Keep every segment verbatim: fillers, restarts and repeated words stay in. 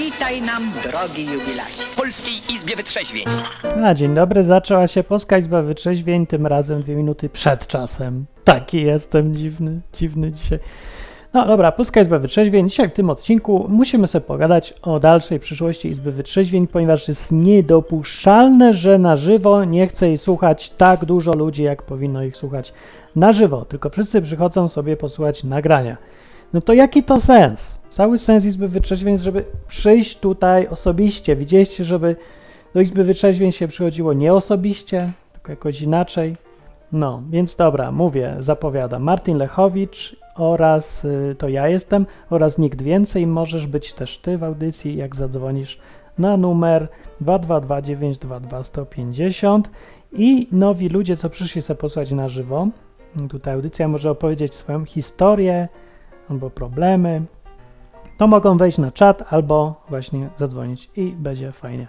Witaj nam, drogi jubilacie. W Polskiej Izbie Wytrzeźwień. A, dzień dobry, zaczęła się Polska Izba Wytrzeźwień, tym razem dwie minuty przed czasem. Taki jestem dziwny, dziwny dzisiaj. No dobra, Polska Izba Wytrzeźwień. Dzisiaj w tym odcinku musimy sobie pogadać o dalszej przyszłości Izby Wytrzeźwień, ponieważ jest niedopuszczalne, że na żywo nie chce jej słuchać tak dużo ludzi, jak powinno ich słuchać na żywo, tylko wszyscy przychodzą sobie posłuchać nagrania. No to jaki to sens? Cały sens Izby Wytrzeźwień jest, żeby przyjść tutaj osobiście. Widzieliście, żeby do Izby Wytrzeźwień się przychodziło nie osobiście, tylko jakoś inaczej? No, więc dobra, mówię, zapowiadam. Martin Lechowicz oraz y, to ja jestem oraz nikt więcej. Możesz być też ty w audycji, jak zadzwonisz na numer dwa dwa dwa dziewięć dwa dwa jeden pięć zero i nowi ludzie, co przyszli sobie posłuchać na żywo. Tutaj audycja może opowiedzieć swoją historię albo problemy, to mogą wejść na czat albo właśnie zadzwonić i będzie fajnie.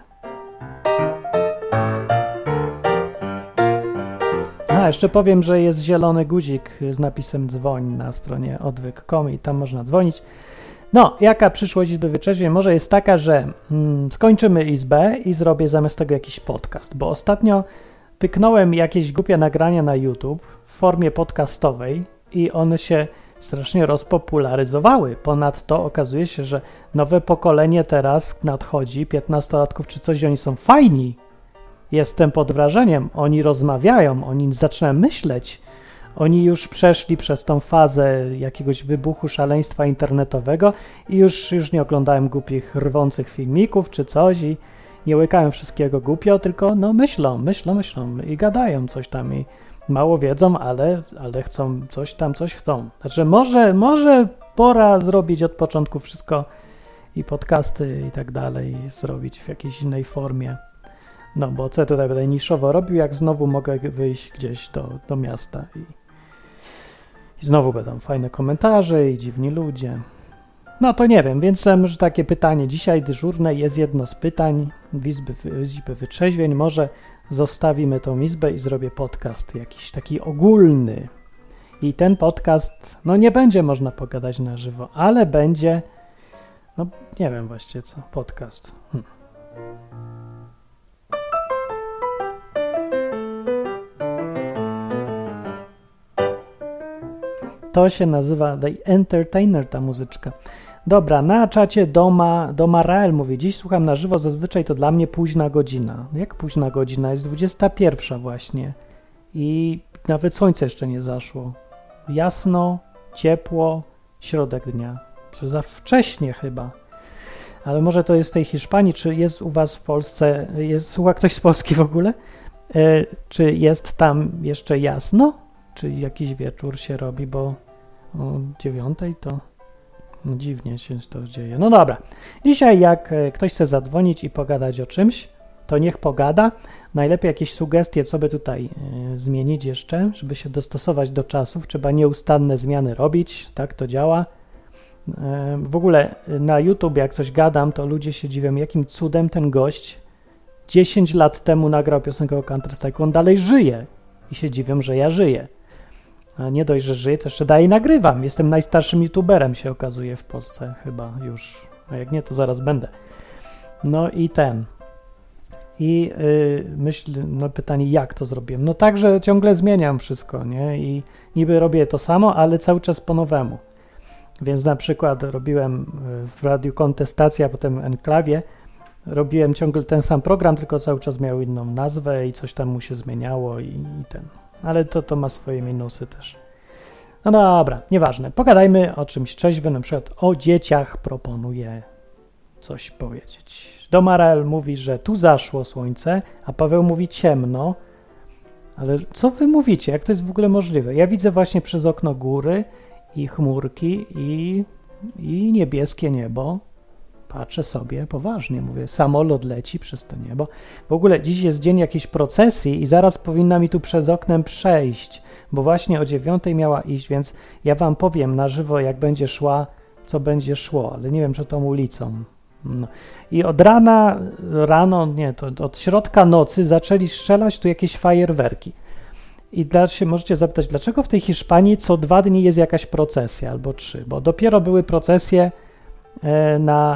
A, jeszcze powiem, że jest zielony guzik z napisem dzwoń na stronie odwyk kropka com i tam można dzwonić. No, jaka przyszłość Izby Wytrzeźwień? Może jest taka, że mm, skończymy Izbę i zrobię zamiast tego jakiś podcast, bo ostatnio pyknąłem jakieś głupie nagrania na YouTube w formie podcastowej i one się strasznie rozpopularyzowały. Ponadto okazuje się, że nowe pokolenie teraz nadchodzi, piętnastolatków czy coś, oni są fajni. Jestem pod wrażeniem. Oni rozmawiają, oni zaczynają myśleć. Oni już przeszli przez tą fazę jakiegoś wybuchu szaleństwa internetowego i już, już nie oglądają głupich, rwących filmików czy coś i nie łykają wszystkiego głupio, tylko no myślą, myślą, myślą i gadają coś tam i mało wiedzą, ale, ale chcą coś tam, coś chcą. Znaczy może, może pora zrobić od początku wszystko i podcasty i tak dalej zrobić w jakiejś innej formie. No bo co ja tutaj będę niszowo robił, jak znowu mogę wyjść gdzieś do, do miasta i, i znowu będą fajne komentarze i dziwni ludzie. No to nie wiem, więc że takie pytanie dzisiaj dyżurne jest jedno z pytań w Izby, w Izby Wytrzeźwień. Może zostawimy tą izbę i zrobię podcast jakiś taki ogólny. I ten podcast, no nie będzie można pogadać na żywo, ale będzie, no nie wiem właściwie co, podcast. Hm. To się nazywa The Entertainer, ta muzyczka. Dobra, na czacie Doma, Doma Rael mówi, dziś słucham na żywo, zazwyczaj to dla mnie późna godzina. Jak późna godzina? Jest dwudziesta pierwsza właśnie i nawet słońce jeszcze nie zaszło. Jasno, ciepło, środek dnia. Czy za wcześnie chyba. Ale może to jest w tej Hiszpanii, czy jest u was w Polsce, jest, słucha ktoś z Polski w ogóle? E, czy jest tam jeszcze jasno? Czy jakiś wieczór się robi, bo o dziewiątej to no dziwnie się to dzieje. No dobra, dzisiaj jak ktoś chce zadzwonić i pogadać o czymś, to niech pogada. Najlepiej jakieś sugestie, co by tutaj y, zmienić jeszcze, żeby się dostosować do czasów. Trzeba nieustanne zmiany robić, tak to działa. Y, w ogóle na YouTube jak coś gadam, to ludzie się dziwią, jakim cudem ten gość dziesięć lat temu nagrał piosenkę o Counter-Strike'u, on dalej żyje i się dziwią, że ja żyję. A nie dość, że żyję, to jeszcze dalej nagrywam. Jestem najstarszym youtuberem, się okazuje, w Polsce chyba już. A jak nie, to zaraz będę. No i ten. I yy, myśl, no pytanie, jak to zrobiłem? No tak, że ciągle zmieniam wszystko, nie? I niby robię to samo, ale cały czas po nowemu. Więc na przykład robiłem w Radiu Kontestacja, a potem Enklawie, robiłem ciągle ten sam program, tylko cały czas miał inną nazwę i coś tam mu się zmieniało i, i ten... Ale to, to ma swoje minusy też. No dobra, nieważne. Pogadajmy o czymś trzeźwym, na przykład o dzieciach proponuję coś powiedzieć. Domarael mówi, że tu zaszło słońce, a Paweł mówi ciemno. Ale co wy mówicie? Jak to jest w ogóle możliwe? Ja widzę właśnie przez okno góry i chmurki i, i niebieskie niebo. Patrzę sobie poważnie, mówię, samolot leci przez to niebo. W ogóle dziś jest dzień jakiejś procesji i zaraz powinna mi tu przez oknem przejść, bo właśnie o dziewiątej miała iść, więc ja wam powiem na żywo, jak będzie szła, co będzie szło, ale nie wiem, czy tą ulicą. No. I od rana, rano, nie, to od środka nocy zaczęli strzelać tu jakieś fajerwerki. I dla, się możecie zapytać, dlaczego w tej Hiszpanii co dwa dni jest jakaś procesja albo trzy, bo dopiero były procesje e, na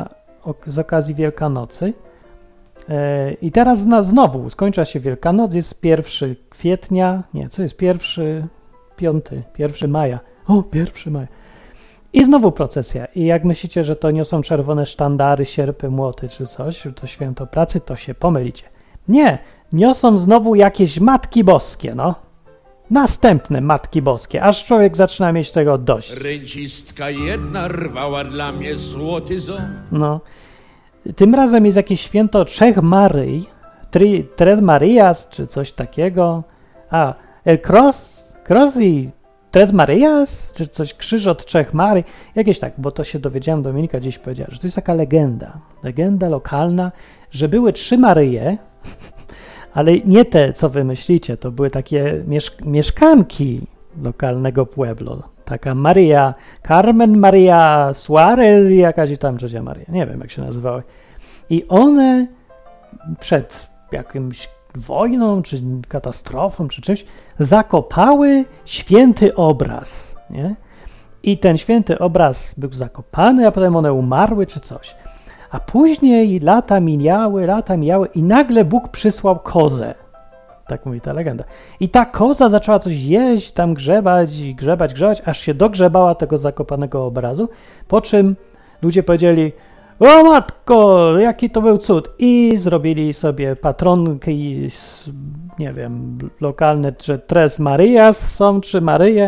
z okazji Wielkanocy. I teraz na, znowu skończyła się Wielkanoc, jest pierwszego kwietnia, nie, co jest pierwszy, piąty, pierwszy maja, o, pierwszy maja. I znowu procesja. I jak myślicie, że to niosą czerwone sztandary, sierpy, młoty czy coś, że to święto pracy, to się pomylicie. Nie, niosą znowu jakieś Matki Boskie, no. Następne Matki Boskie, aż człowiek zaczyna mieć tego dość. Rencistka jedna rwała dla mnie złoty ząb. No. Tym razem jest jakieś święto Trzech Maryi, tri, Tres Marias, czy coś takiego. A, El Cross, Cross i Tres Marias, czy coś, krzyż od Trzech Maryi. Jakieś tak, bo to się dowiedziałem, Dominika gdzieś powiedziała, że to jest taka legenda, legenda lokalna, że były trzy Maryje, ale nie te, co wy myślicie, to były takie mieszk- mieszkanki lokalnego pueblo. Taka Maria Carmen, Maria Suarez i jakaś tam trzecia Maria. Nie wiem, jak się nazywały. I one przed jakimś wojną, czy katastrofą, czy czymś, zakopały święty obraz, nie? I ten święty obraz był zakopany, a potem one umarły, czy coś. A później lata mijały, lata mijały i nagle Bóg przysłał kozę. Tak mówi ta legenda. I ta koza zaczęła coś jeść, tam grzebać i grzebać, grzebać, aż się dogrzebała tego zakopanego obrazu, po czym ludzie powiedzieli: o matko, jaki to był cud. I zrobili sobie patronki, nie wiem, lokalne, że Tres Marias są, trzy Maryje.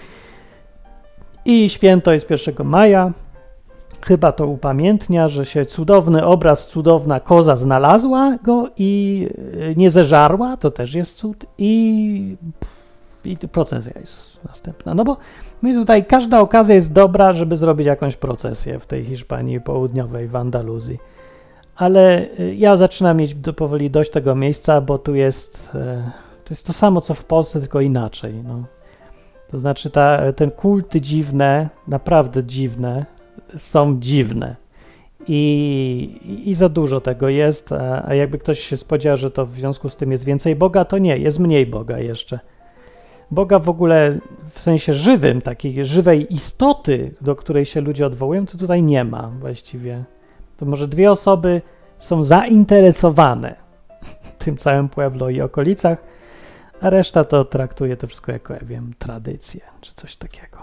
I święto jest pierwszego maja. Chyba to upamiętnia, że się cudowny obraz, cudowna koza znalazła go i nie zeżarła, to też jest cud. I, i procesja jest następna. No bo my tutaj, każda okazja jest dobra, żeby zrobić jakąś procesję w tej Hiszpanii południowej, w Andaluzji. Ale ja zaczynam mieć do, powoli dość tego miejsca, bo tu jest, to jest to samo, co w Polsce, tylko inaczej. No. To znaczy ta, ten kulty dziwne, naprawdę dziwne, są dziwne I, i za dużo tego jest, a, a jakby ktoś się spodziewał, że to w związku z tym jest więcej Boga, to nie, jest mniej Boga jeszcze. Boga w ogóle w sensie żywym, takiej żywej istoty, do której się ludzie odwołują, to tutaj nie ma właściwie. To może dwie osoby są zainteresowane tym całym Pueblo i okolicach, a reszta to traktuje to wszystko jako, ja wiem, tradycję czy coś takiego.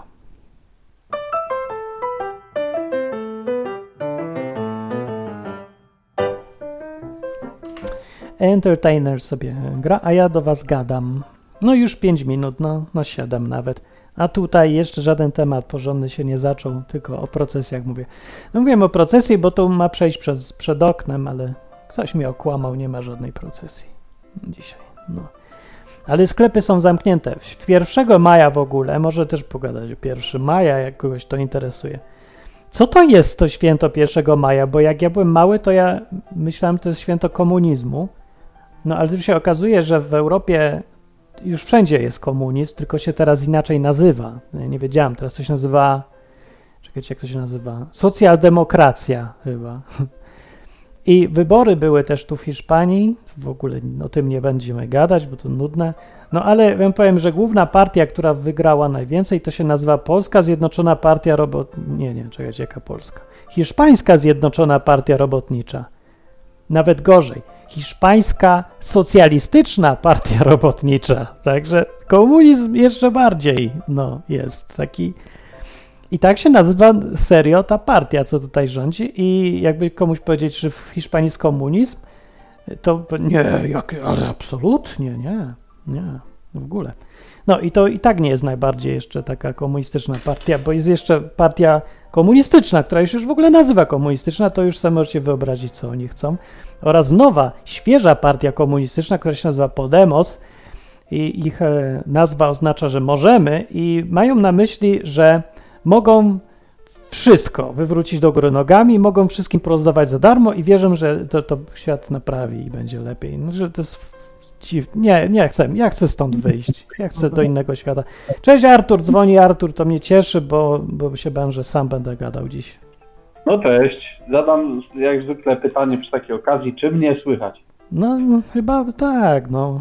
Entertainer sobie gra, a ja do was gadam. No już pięć minut, no, no siedem nawet. A tutaj jeszcze żaden temat porządny się nie zaczął, tylko o procesjach mówię. No mówiłem o procesji, bo to ma przejść przez, przed oknem, ale ktoś mnie okłamał, nie ma żadnej procesji dzisiaj. No. Ale sklepy są zamknięte. pierwszego maja w ogóle, może też pogadać o pierwszego maja, jak kogoś to interesuje. Co to jest to święto pierwszego maja? Bo jak ja byłem mały, to ja myślałem, że to jest święto komunizmu. No ale tu się okazuje, że w Europie już wszędzie jest komunizm, tylko się teraz inaczej nazywa. Ja nie wiedziałem, teraz to się nazywa, czekajcie, jak to się nazywa? Socjaldemokracja chyba. I wybory były też tu w Hiszpanii, w ogóle o tym nie będziemy gadać, bo to nudne. No ale wam powiem, że główna partia, która wygrała najwięcej, to się nazywa Polska Zjednoczona Partia Robot... Nie, nie, czekajcie, jaka Polska? Hiszpańska Zjednoczona Partia Robotnicza. Nawet gorzej. Hiszpańska Socjalistyczna Partia Robotnicza. Także komunizm jeszcze bardziej, no, jest taki... I tak się nazywa serio ta partia, co tutaj rządzi. I jakby komuś powiedzieć, że w Hiszpanii jest komunizm, to nie, jak, ale absolutnie nie, nie, w ogóle. No i to i tak nie jest najbardziej jeszcze taka komunistyczna partia, bo jest jeszcze partia komunistyczna, która się już w ogóle nazywa komunistyczna, to już sobie możecie wyobrazić, co oni chcą. Oraz nowa, świeża partia komunistyczna, która się nazywa Podemos i ich e, nazwa oznacza, że możemy i mają na myśli, że mogą wszystko wywrócić do góry nogami, mogą wszystkim porozdawać za darmo i wierzę, że to, to świat naprawi i będzie lepiej. No, że to jest dziwne. Nie, nie chcę, ja chcę stąd wyjść. Ja chcę do innego świata. Cześć Artur, dzwoni Artur, to mnie cieszy, bo, bo się bałem, że sam będę gadał dziś. No cześć, zadam jak zwykle pytanie przy takiej okazji, czy mnie słychać? No, no chyba tak, no.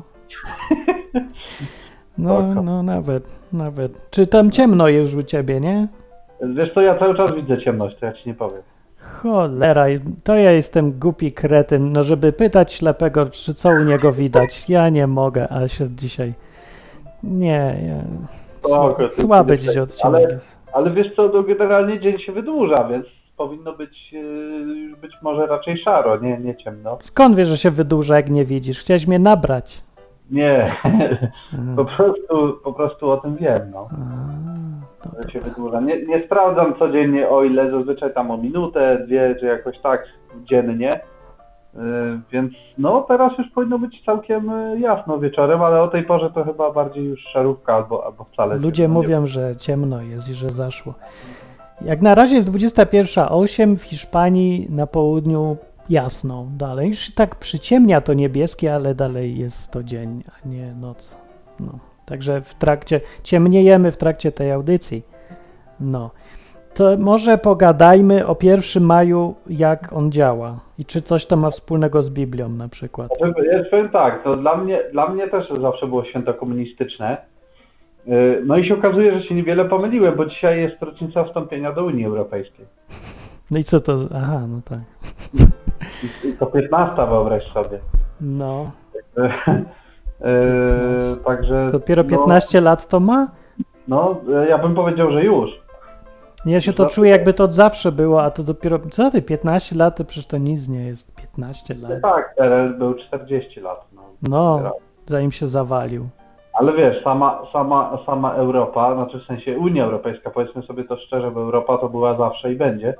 No, no nawet, nawet. Czy tam ciemno jest u ciebie, nie? Wiesz co, ja cały czas widzę ciemność, to ja ci nie powiem. Cholera, to ja jestem głupi kretyn, no żeby pytać ślepego, czy co u niego widać. Ja nie mogę, a się dzisiaj... Nie, ja... Spoko, Słaby dziś odcinek. Ale, ale wiesz co, no generalnie dzień się wydłuża, więc powinno być yy, być może raczej szaro, nie, nie ciemno. Skąd wiesz, że się wydłuża, jak nie widzisz? Chciałeś mnie nabrać. Nie, po prostu, po prostu o tym wiem, no. A, że się wydłuża. Nie, nie sprawdzam codziennie, o ile, zazwyczaj tam o minutę, dwie, czy jakoś tak dziennie. Yy, więc no teraz już powinno być całkiem jasno wieczorem, ale o tej porze to chyba bardziej już szarówka albo, albo wcale. Ludzie mówią, że ciemno jest i że zaszło. Jak na razie jest dwudziesta pierwsza osiem, w Hiszpanii na południu jasno dalej. Już tak przyciemnia to niebieskie, ale dalej jest to dzień, a nie noc. No. Także w trakcie, ciemniejemy w trakcie tej audycji. No. To może pogadajmy o pierwszym maju, jak on działa i czy coś to ma wspólnego z Biblią na przykład. Ja powiem tak, to dla mnie, dla mnie też zawsze było święto komunistyczne. No i się okazuje, że się niewiele pomyliłem, bo dzisiaj jest rocznica wstąpienia do Unii Europejskiej. No i co to? Aha, no tak. I to piętnasta, wyobraź sobie. No. Yy, także... Dopiero piętnaście no, lat to ma? No, ja bym powiedział, że już. Ja się to czuję, jakby to od zawsze było, a to dopiero... Co ty, piętnaście lat, to przecież to nic nie jest. piętnaście lat. Tak, P R L był czterdzieści lat. No, no zanim się zawalił. Ale wiesz, sama, sama, sama Europa, znaczy w sensie Unia Europejska, powiedzmy sobie to szczerze, bo Europa to była zawsze i będzie.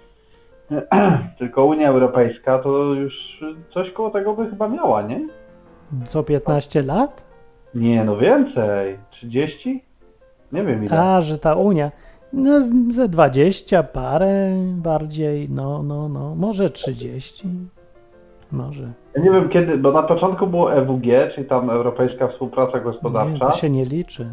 Tylko Unia Europejska to już coś koło tego by chyba miała, nie? Co, piętnaście lat? Nie, no więcej. trzydzieści? Nie wiem ile. A, że ta Unia. No, ze dwadzieścia parę bardziej, no, no, no. Może trzydzieści. Może. Ja nie wiem kiedy, bo na początku było E W G, czyli tam Europejska Współpraca Gospodarcza. Nie, to się nie liczy.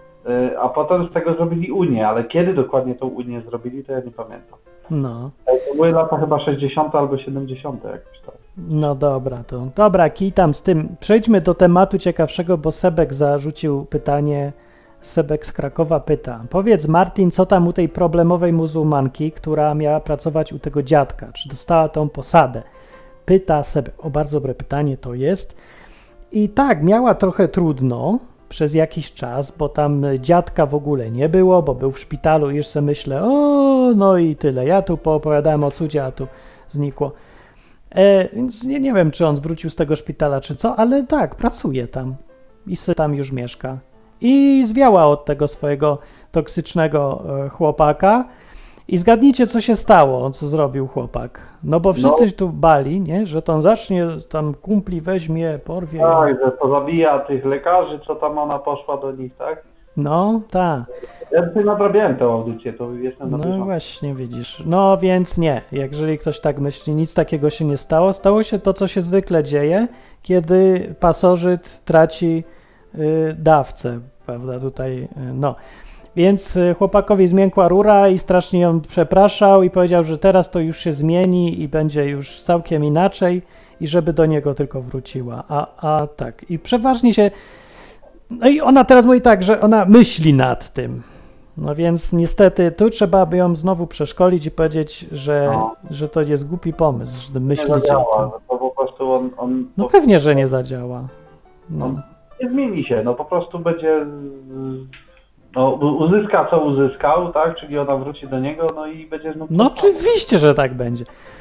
A potem z tego zrobili Unię, ale kiedy dokładnie tą Unię zrobili, to ja nie pamiętam. No. To były lata chyba sześćdziesiąte albo siedemdziesiąte jakoś tak. No dobra, to dobra, kij tam z tym. Przejdźmy do tematu ciekawszego, bo Sebek zarzucił pytanie. Sebek z Krakowa pyta. Powiedz, Martin, co tam u tej problemowej muzułmanki, która miała pracować u tego dziadka? Czy dostała tą posadę? Pyta Sebek. O, bardzo dobre pytanie to jest. I tak, miała trochę trudno przez jakiś czas, bo tam dziadka w ogóle nie było, bo był w szpitalu i już sobie myślę, o, no i tyle. Ja tu poopowiadałem o cudzie, a tu znikło. E, więc nie, nie wiem, czy on wrócił z tego szpitala, czy co, ale tak, pracuje tam i sobie tam już mieszka. I zwiała od tego swojego toksycznego e, chłopaka. I zgadnijcie, co się stało, co zrobił chłopak. No bo wszyscy no. tu bali, nie? Że to on zacznie, tam kumpli weźmie, porwie. Tak, że to zabija tych lekarzy, co tam ona poszła do nich, tak? No, tak. Ja tutaj nadrabiałem tę audycję, to jestem na No bieżąco. właśnie, widzisz. No więc nie, jeżeli ktoś tak myśli, nic takiego się nie stało. Stało się to, co się zwykle dzieje, kiedy pasożyt traci y, dawcę, prawda, tutaj, y, no. Więc chłopakowi zmiękła rura i strasznie ją przepraszał i powiedział, że teraz to już się zmieni i będzie już całkiem inaczej i żeby do niego tylko wróciła. A, a tak. I przeważnie się... No i ona teraz mówi tak, że ona myśli nad tym. No więc niestety tu trzeba by ją znowu przeszkolić i powiedzieć, że, no. że to jest głupi pomysł, żeby myśleć nie zadziała, o tym. No to po prostu on... on no po... pewnie, że nie zadziała. No. Nie zmieni się, no po prostu będzie... No, uzyska co uzyskał, tak? Czyli ona wróci do niego, no i będzie znów... No oczywiście, że tak będzie.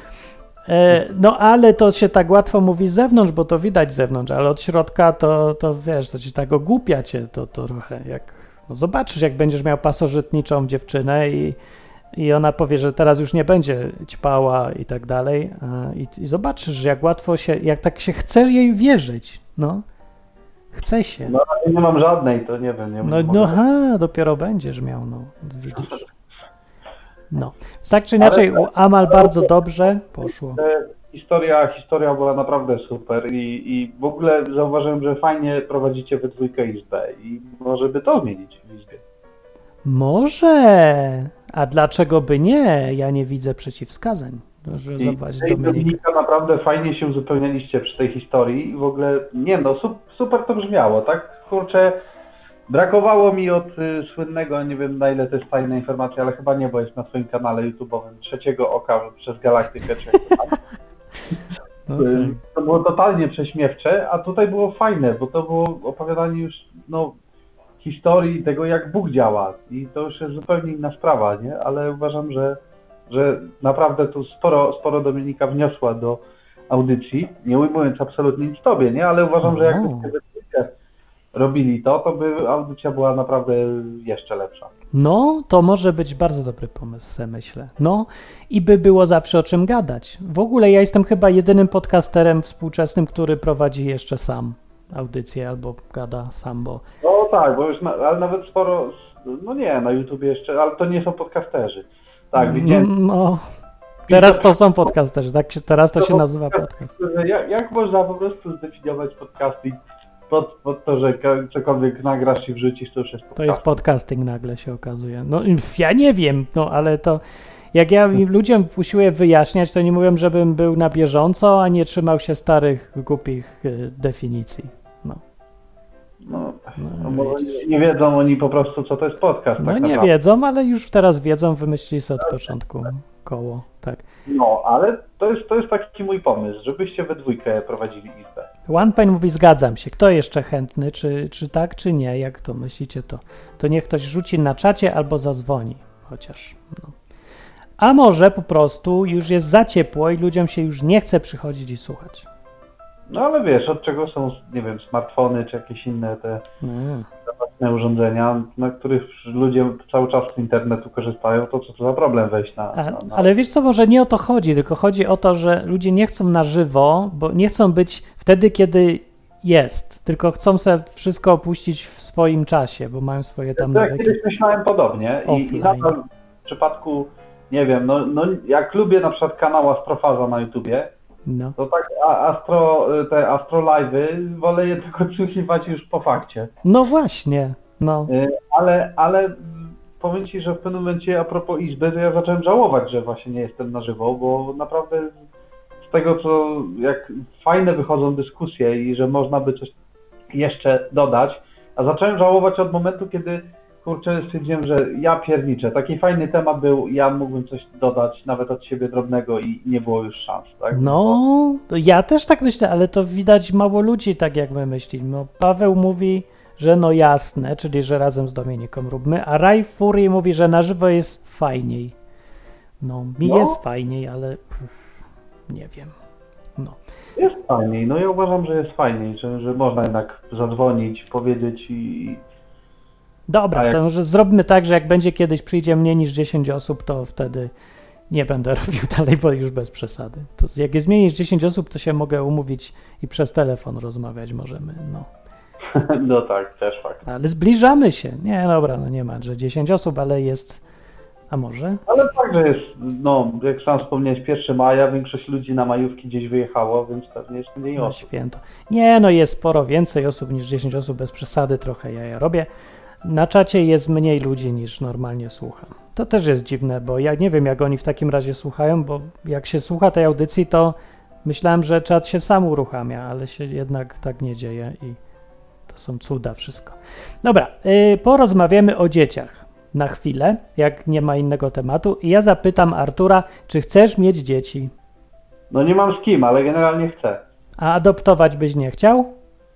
E, no ale to się tak łatwo mówi z zewnątrz, bo to widać z zewnątrz, ale od środka to, to wiesz, to ci tak ogłupia cię to, to trochę, jak... No zobaczysz, jak będziesz miał pasożytniczą dziewczynę i, i ona powie, że teraz już nie będzie ćpała i tak dalej i, i zobaczysz, że jak łatwo się, jak tak się chce jej wierzyć, no. Chce się. No, nie mam żadnej, to nie wiem. Nie no, no ha, dopiero będziesz miał, no, widzisz. No, tak czy inaczej, ale, u Amal bardzo dobrze poszło. Historia, historia była naprawdę super i, i w ogóle zauważyłem, że fajnie prowadzicie we dwójkę izbę i może by to zmienić w izbie. Może, a dlaczego by nie? Ja nie widzę przeciwwskazań. Że zauważyć Dominika. Dominika, naprawdę fajnie się uzupełnialiście przy tej historii i w ogóle, nie no, super to brzmiało, tak? Kurczę, Brakowało mi od y, słynnego, nie wiem na ile to jest tajna informacja, ale chyba nie, bo jest na swoim kanale YouTube'owym, trzeciego oka przez galaktykę. Czy jak to tam. No tak. To było totalnie prześmiewcze, a tutaj było fajne, bo to było opowiadanie już no, historii tego, jak Bóg działa. I to już jest zupełnie inna sprawa, nie? Ale uważam, że, że naprawdę tu sporo, sporo Dominika wniosła do audycji, nie ujmując absolutnie nic tobie, nie? Ale uważam, że jakbyście robili to, to by audycja była naprawdę jeszcze lepsza. No, to może być bardzo dobry pomysł, se myślę. No i by było zawsze o czym gadać. W ogóle ja jestem chyba jedynym podcasterem współczesnym, który prowadzi jeszcze sam audycję albo gada sam, bo... No tak, bo już, na, ale nawet sporo, no nie, na YouTubie jeszcze, ale to nie są podcasterzy. Tak, widziałem. No, teraz to są podcasterzy, tak się, teraz to się nazywa podcast. Jak, jak można po prostu zdefiniować podcasting pod, pod to, że cokolwiek nagrasz i wrzucisz, to już jest podcasting? To jest podcasting nagle się okazuje. No ja nie wiem, no ale to jak ja ludziom usiłuję wyjaśniać, to nie mówią, żebym był na bieżąco, a nie trzymał się starych, głupich y, definicji. No, no, no, no może nie, nie wiedzą oni po prostu, co to jest podcast. No tak nie naprawdę. wiedzą, ale już teraz wiedzą, wymyślili sobie od początku koło, tak. No, ale to jest, to jest taki mój pomysł, żebyście we dwójkę prowadzili izbę. OnePain mówi, zgadzam się. Kto jeszcze chętny? Czy, czy tak, czy nie? Jak to myślicie? To, to niech ktoś rzuci na czacie albo zadzwoni. Chociaż, no. A może po prostu już jest za ciepło i ludziom się już nie chce przychodzić i słuchać. No ale wiesz, od czego są, nie wiem, smartfony czy jakieś inne te Mm. zabawne urządzenia, na których ludzie cały czas z internetu korzystają, to co to za problem wejść na... A, na, na... ale wiesz co, może nie o to chodzi, tylko chodzi o to, że ludzie nie chcą na żywo, bo nie chcą być wtedy, kiedy jest, tylko chcą sobie wszystko opuścić w swoim czasie, bo mają swoje tam To jak nawyki. kiedyś myślałem podobnie i, i Offline. nadal w przypadku, nie wiem, no, no jak lubię na przykład kanał Astrofaza na YouTubie, No. to tak a, astro, te Astro Live'y wolę je tylko odsłuchiwać już po fakcie. no właśnie, no. Y, Ale, ale powiem Ci, że w pewnym momencie a propos izby, to ja zacząłem żałować, że właśnie nie jestem na żywo, bo naprawdę z tego, co jak fajne wychodzą dyskusje i że można by coś jeszcze dodać, a zacząłem żałować od momentu, kiedy kurczę stwierdziłem, że ja pierniczę. Taki fajny temat był, ja mógłbym coś dodać nawet od siebie drobnego i nie było już szans, tak? No, ja też tak myślę, ale to widać mało ludzi tak jak my myślimy. No, Paweł mówi, że no jasne, czyli że razem z Dominiką róbmy, a Raj Fury mówi, że na żywo jest fajniej. No, mi No. jest fajniej, ale pff, nie wiem. No. Jest fajniej, no ja uważam, że jest fajniej, że, że można jednak zadzwonić, powiedzieć i... A Dobra, jak- to może zróbmy tak, że jak będzie kiedyś przyjdzie mniej niż dziesięć osób, to wtedy nie będę robił dalej, bo już bez przesady. To jak jest mniej niż dziesięć osób, to się mogę umówić i przez telefon rozmawiać możemy, no. No tak, też fakt. Ale zbliżamy się. Nie, dobra, no nie ma, że dziesięć osób, ale jest... A może? Ale także jest, no jak sam wspomniałeś, pierwszego maja, większość ludzi na majówki gdzieś wyjechało, więc pewnie jest mniej Na osób. święto. Nie, no jest sporo więcej osób niż dziesięć osób, bez przesady, trochę ja ja robię. Na czacie jest mniej ludzi niż normalnie słucham. To też jest dziwne, bo ja nie wiem, jak oni w takim razie słuchają, bo jak się słucha tej audycji, to myślałem, że czat się sam uruchamia, ale się jednak tak nie dzieje i to są cuda wszystko. Dobra, yy, porozmawiamy o dzieciach na chwilę, jak nie ma innego tematu i ja zapytam Artura, czy chcesz mieć dzieci? No nie mam z kim, ale generalnie chcę. A adoptować byś nie chciał?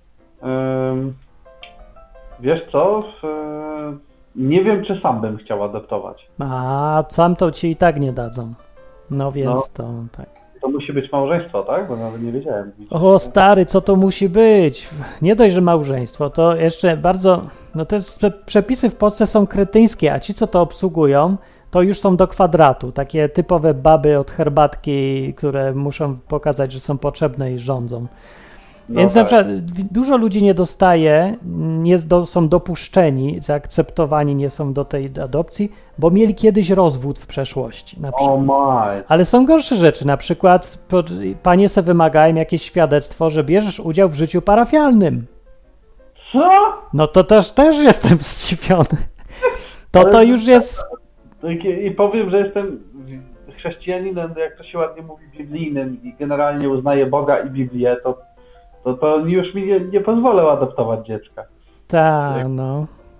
Ym, wiesz co, w, nie wiem, czy sam bym chciał adoptować. A sam to ci i tak nie dadzą. No więc to tak. To musi być małżeństwo, tak? Bo nawet nie wiedziałem. O stary, co to musi być? Nie dość, że małżeństwo, to jeszcze bardzo, no to jest, przepisy w Polsce są kretyńskie, a ci, co to obsługują, to już są do kwadratu. Takie typowe baby od herbatki, które muszą pokazać, że są potrzebne i rządzą. No Więc tak. na przykład dużo ludzi nie dostaje, nie do, są dopuszczeni, zaakceptowani nie są do tej adopcji, bo mieli kiedyś rozwód w przeszłości. Na przykład. O maj. Ale są gorsze rzeczy, na przykład pod, panie se wymagają jakieś świadectwo, że bierzesz udział w życiu parafialnym. Co? No to też, też jestem zdziwiony. To to już jest... I, I powiem, że jestem chrześcijaninem, jak to się ładnie mówi, biblijnym i generalnie uznaję Boga i Biblię, to, to, to już mi nie, nie pozwolę adoptować dziecka. Tak, no.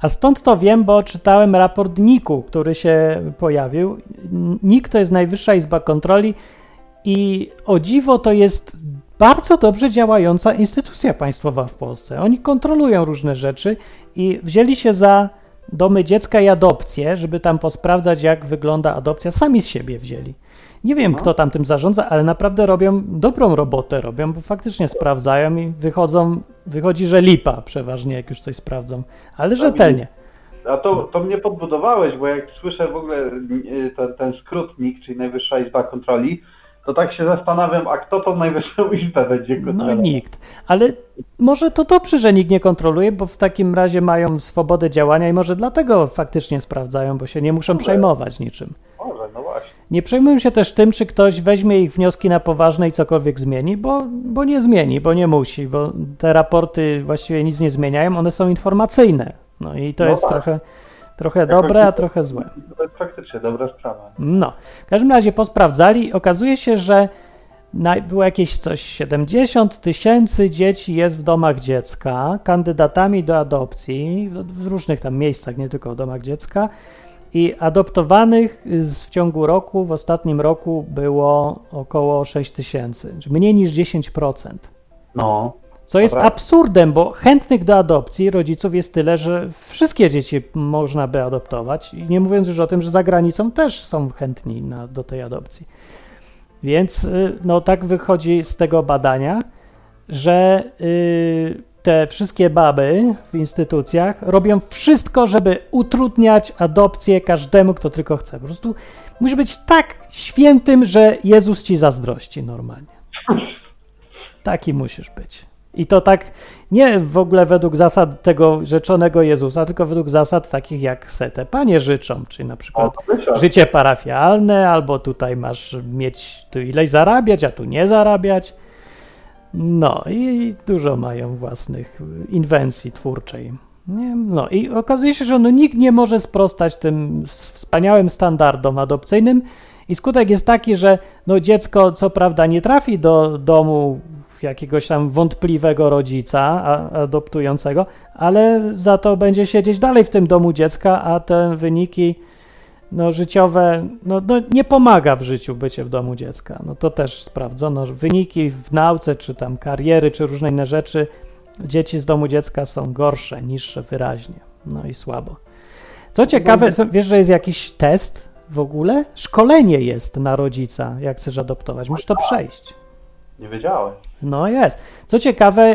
A stąd to wiem, bo czytałem raport N I K-u, który się pojawił. N I K to jest Najwyższa Izba Kontroli i o dziwo to jest bardzo dobrze działająca instytucja państwowa w Polsce. Oni kontrolują różne rzeczy i wzięli się za domy dziecka i adopcję, żeby tam posprawdzać, jak wygląda adopcja. Sami z siebie wzięli. Nie wiem, no. kto tam tym zarządza, ale naprawdę robią dobrą robotę, robią, bo faktycznie sprawdzają i wychodzą, wychodzi, że lipa przeważnie, jak już coś sprawdzą, ale rzetelnie. A to, to mnie podbudowałeś, bo jak słyszę w ogóle ten, ten skrót N I K, czyli Najwyższa Izba Kontroli, to tak się zastanawiam, a kto tą Najwyższą Izbę będzie kontrolował? No nikt, ale może to dobrze, że nikt nie kontroluje, bo w takim razie mają swobodę działania i może dlatego faktycznie sprawdzają, bo się nie muszą przejmować niczym. Może, no właśnie. Nie przejmują się też tym, czy ktoś weźmie ich wnioski na poważne i cokolwiek zmieni, bo, bo nie zmieni, bo nie musi, bo te raporty właściwie nic nie zmieniają, one są informacyjne. No i to no jest tak. trochę, trochę dobre, a trochę złe. To jest faktycznie dobra sprawa. No, w każdym razie posprawdzali, okazuje się, że na, było jakieś coś siedemdziesiąt tysięcy dzieci jest w domach dziecka, kandydatami do adopcji, w, w różnych tam miejscach, nie tylko w domach dziecka. I adoptowanych w ciągu roku, w ostatnim roku było około sześć tysięcy, mniej niż dziesięć procent. No. Co jest Dobra. absurdem, bo chętnych do adopcji rodziców jest tyle, że wszystkie dzieci można by adoptować. I nie mówiąc już o tym, że za granicą też są chętni na, do tej adopcji. Więc no tak wychodzi z tego badania, że yy, te wszystkie baby w instytucjach robią wszystko, żeby utrudniać adopcję każdemu, kto tylko chce. Po prostu musisz być tak świętym, że Jezus ci zazdrości normalnie. Taki musisz być. I to tak nie w ogóle według zasad tego rzeczonego Jezusa, tylko według zasad takich, jak se te panie życzą, czyli na przykład o, życie parafialne, albo tutaj masz mieć tu ileś zarabiać, a tu nie zarabiać. No i dużo mają własnych inwencji twórczej. Nie? No i okazuje się, że no, nikt nie może sprostać tym wspaniałym standardom adopcyjnym i skutek jest taki, że no, dziecko co prawda nie trafi do domu jakiegoś tam wątpliwego rodzica a, adoptującego, ale za to będzie siedzieć dalej w tym domu dziecka, a te wyniki no, życiowe, no, no nie pomaga w życiu bycie w domu dziecka. No to też sprawdzono, że wyniki w nauce, czy tam kariery, czy różne inne rzeczy dzieci z domu dziecka są gorsze, niższe wyraźnie. No i słabo. Co ciekawe, wiesz, że jest jakiś test w ogóle? Szkolenie jest na rodzica, jak chcesz adoptować. Musisz to przejść. Nie wiedziałem. No jest. Co ciekawe,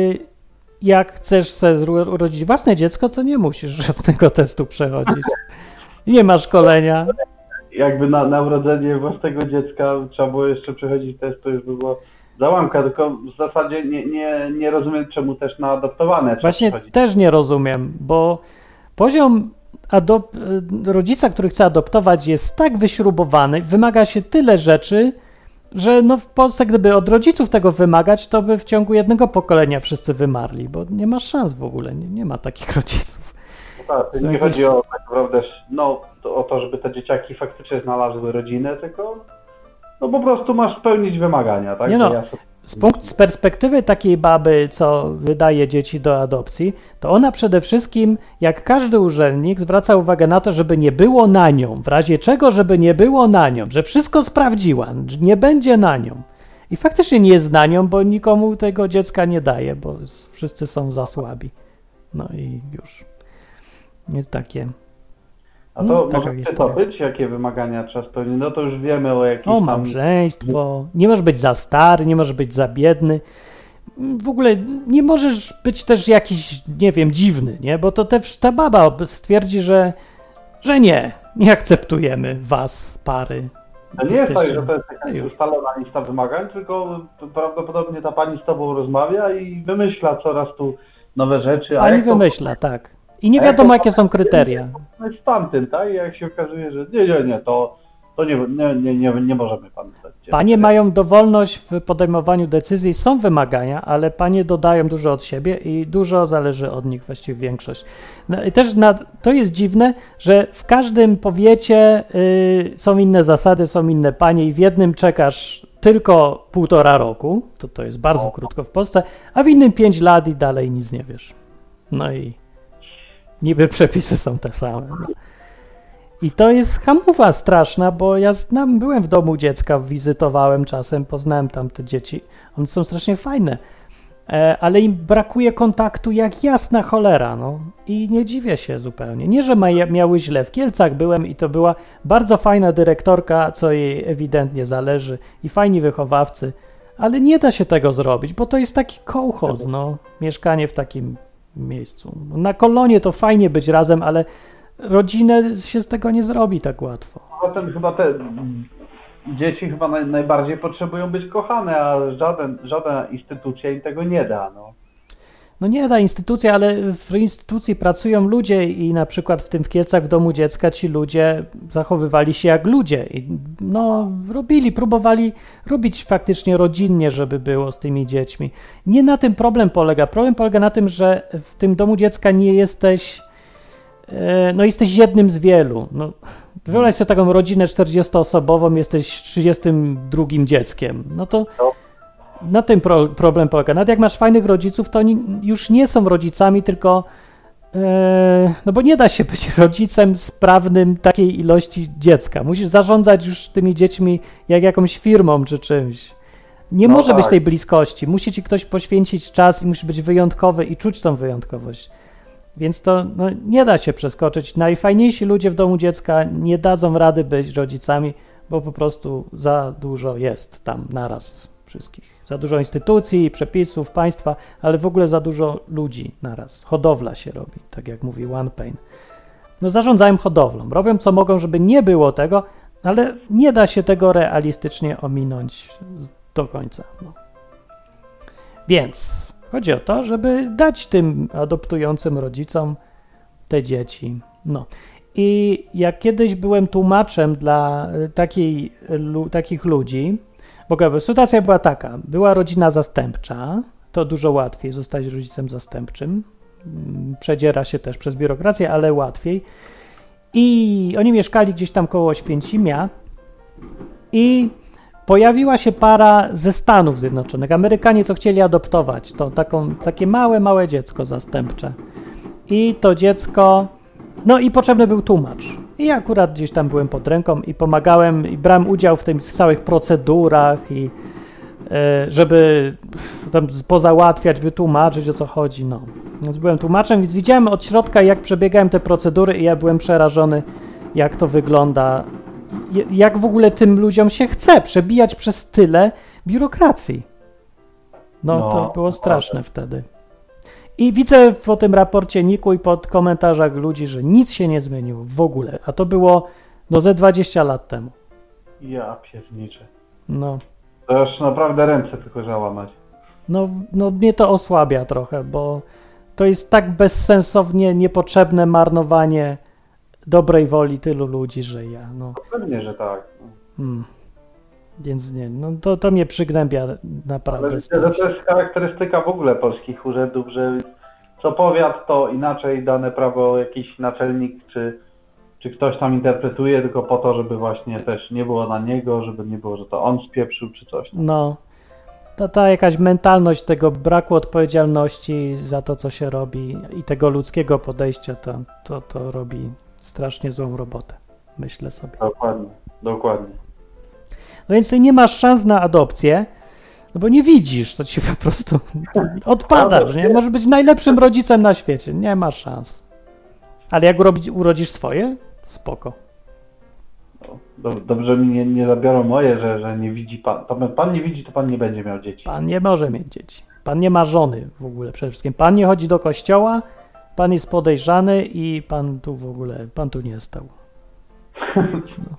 jak chcesz sobie urodzić własne dziecko, to nie musisz żadnego testu przechodzić. Nie ma szkolenia. Jakby na, na urodzenie własnego dziecka trzeba było jeszcze przechodzić test, to już by było załamka, tylko w zasadzie nie, nie, nie rozumiem, czemu też na adoptowane trzeba Właśnie przechodzić. Też nie rozumiem, bo poziom adop- rodzica, który chce adoptować, jest tak wyśrubowany, wymaga się tyle rzeczy, że no w Polsce, gdyby od rodziców tego wymagać, to by w ciągu jednego pokolenia wszyscy wymarli, bo nie ma szans w ogóle, nie, nie ma takich rodziców. No tak, Są nie jakieś... chodzi o tak naprawdę no, to, o to, żeby te dzieciaki faktycznie znalazły rodzinę, tylko no po prostu masz spełnić wymagania, tak? Nie no, ja sobie... z, punkt, z perspektywy takiej baby, co wydaje dzieci do adopcji, to ona przede wszystkim, jak każdy urzędnik, zwraca uwagę na to, żeby nie było na nią, w razie czego, żeby nie było na nią, że wszystko sprawdziła, że nie będzie na nią. I faktycznie nie jest na nią, bo nikomu tego dziecka nie daje, bo wszyscy są za słabi. No i już. Jest takie... A to no, taka może to historia. być? Jakie wymagania trzeba spełnić? No to już wiemy o jakichś O tam... małżeństwo, nie możesz być za stary, nie możesz być za biedny. W ogóle nie możesz być też jakiś, nie wiem, dziwny, nie? Bo to też ta baba stwierdzi, że, że nie, nie akceptujemy was, pary. To nie jest tak, Jesteście- że to jest jakaś już. ustalona lista wymagań, tylko prawdopodobnie ta pani z tobą rozmawia i wymyśla coraz tu nowe rzeczy. a Pani jak to- wymyśla, tak. I nie a jak wiadomo, to- jakie są kryteria. To jest tamtym, tak? I jak się okazuje, że nie, nie, nie, to, to nie, nie, nie, nie, nie możemy pan dać. Panie mają dowolność w podejmowaniu decyzji, są wymagania, ale panie dodają dużo od siebie i dużo zależy od nich, właściwie większość. No i też na, to jest dziwne, że w każdym powiecie y, są inne zasady, są inne panie i w jednym czekasz tylko półtora roku, to to jest bardzo krótko w Polsce, a w innym pięć lat i dalej nic nie wiesz. No i Niby przepisy są te same. No. I to jest hamuwa straszna, bo ja znam, byłem w domu dziecka, wizytowałem czasem, poznałem tam te dzieci. One są strasznie fajne, e, ale im brakuje kontaktu jak jasna cholera, no. I nie dziwię się zupełnie. Nie, że ma, miały źle. W Kielcach byłem i to była bardzo fajna dyrektorka, co jej ewidentnie zależy i fajni wychowawcy, ale nie da się tego zrobić, bo to jest taki kołchoz, no. Mieszkanie w takim miejscu. Na kolonie to fajnie być razem, ale rodzinę się z tego nie zrobi tak łatwo. Potem chyba te dzieci chyba naj, najbardziej potrzebują być kochane, a żaden, żadna instytucja im tego nie da. No. No nie da instytucja, ale w instytucji pracują ludzie i na przykład w tym w Kielcach w domu dziecka ci ludzie zachowywali się jak ludzie i no robili, próbowali robić faktycznie rodzinnie, żeby było z tymi dziećmi. Nie na tym problem polega. Problem polega na tym, że w tym domu dziecka nie jesteś no jesteś jednym z wielu. No, wyobraź sobie taką rodzinę czterdziestoosobową, jesteś trzydziestym drugim dzieckiem. No to na tym pro, problem polega. Nawet jak masz fajnych rodziców, to oni już nie są rodzicami, tylko e, no bo nie da się być rodzicem sprawnym takiej ilości dziecka. Musisz zarządzać już tymi dziećmi jak jakąś firmą czy czymś. Nie no może tak. być tej bliskości. Musi ci ktoś poświęcić czas i musisz być wyjątkowy i czuć tą wyjątkowość. Więc to no, nie da się przeskoczyć. Najfajniejsi ludzie w domu dziecka nie dadzą rady być rodzicami, bo po prostu za dużo jest tam naraz wszystkich. Za dużo instytucji, przepisów, państwa, ale w ogóle za dużo ludzi naraz. Hodowla się robi, tak jak mówi One Pain. No zarządzają hodowlą. Robią co mogą, żeby nie było tego, ale nie da się tego realistycznie ominąć do końca. No. Więc chodzi o to, żeby dać tym adoptującym rodzicom te dzieci. No. I jak kiedyś byłem tłumaczem dla takiej, lu, takich ludzi, bo sytuacja była taka, była rodzina zastępcza, to dużo łatwiej zostać rodzicem zastępczym, przedziera się też przez biurokrację, ale łatwiej. I oni mieszkali gdzieś tam koło Oświęcimia i pojawiła się para ze Stanów Zjednoczonych, Amerykanie, co chcieli adoptować, to taką, takie małe, małe dziecko zastępcze. I to dziecko, no i potrzebny był tłumacz. I ja akurat gdzieś tam byłem pod ręką i pomagałem i brałem udział w tych całych procedurach i e, żeby tam pozałatwiać, wytłumaczyć, o co chodzi, no. Więc byłem tłumaczem, więc widziałem od środka, jak przebiegają te procedury i ja byłem przerażony, jak to wygląda, jak w ogóle tym ludziom się chce przebijać przez tyle biurokracji. No, no to było straszne no. wtedy. I widzę po tym raporcie N I K U i pod komentarzach ludzi, że nic się nie zmieniło w ogóle, a to było no ze dwadzieścia lat temu. Ja pierniczę. No. To już naprawdę ręce tylko załamać. No, no mnie to osłabia trochę, bo to jest tak bezsensownie niepotrzebne marnowanie dobrej woli tylu ludzi, że ja, no. Pewnie, że tak. Hmm. Więc nie, no to, to mnie przygnębia naprawdę. Ale myślę, że to jest charakterystyka w ogóle polskich urzędów, że co powiat, to inaczej dane prawo jakiś naczelnik czy, czy ktoś tam interpretuje, tylko po to, żeby właśnie też nie było na niego, żeby nie było, że to on spieprzył czy coś. No, ta, ta jakaś mentalność tego braku odpowiedzialności za to, co się robi i tego ludzkiego podejścia, to, to, to robi strasznie złą robotę, myślę sobie. Dokładnie, dokładnie. No więc ty nie masz szans na adopcję, no bo nie widzisz, to ci po prostu odpadasz, nie? Możesz być najlepszym rodzicem na świecie, nie masz szans. Ale jak urobić, urodzisz swoje? Spoko. Dobrze mi nie, nie zabiorą moje, że, że nie widzi pan. To pan nie widzi, to pan nie będzie miał dzieci. Pan nie może mieć dzieci. Pan nie ma żony w ogóle przede wszystkim. Pan nie chodzi do kościoła, pan jest podejrzany i pan tu w ogóle, pan tu nie stał. No.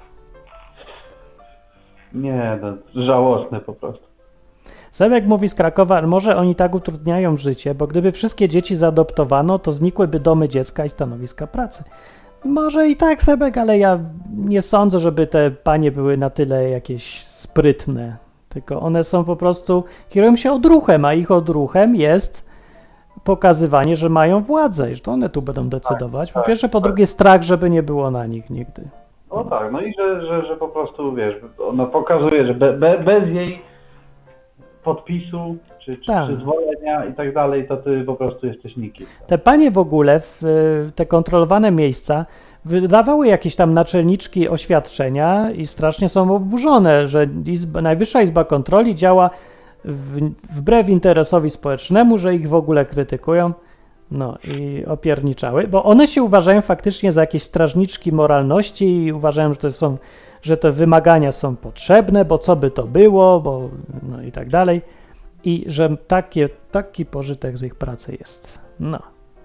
Nie, no, żałosne po prostu. Sebek mówi z Krakowa, może oni tak utrudniają życie, bo gdyby wszystkie dzieci zaadoptowano, to znikłyby domy dziecka i stanowiska pracy. Może i tak, Sebek, ale ja nie sądzę, żeby te panie były na tyle jakieś sprytne. Tylko one są po prostu, kierują się odruchem, a ich odruchem jest pokazywanie, że mają władzę i że to one tu będą decydować. Po tak, pierwsze, po tak. drugie strach, żeby nie było na nich nigdy. No tak, no i że, że, że po prostu, wiesz, ona pokazuje, że be, be, bez jej podpisu, czy, czy Tak. przyzwolenia i tak dalej, to ty po prostu jesteś nikim. Te panie w ogóle, w y, te kontrolowane miejsca, wydawały jakieś tam naczelniczki oświadczenia i strasznie są oburzone, że Izba, Najwyższa Izba Kontroli działa w, wbrew interesowi społecznemu, że ich w ogóle krytykują. No i opierniczały, bo one się uważają faktycznie za jakieś strażniczki moralności i uważają, że to są, że te wymagania są potrzebne, bo co by to było, bo no i tak dalej. I że takie, taki pożytek z ich pracy jest. No.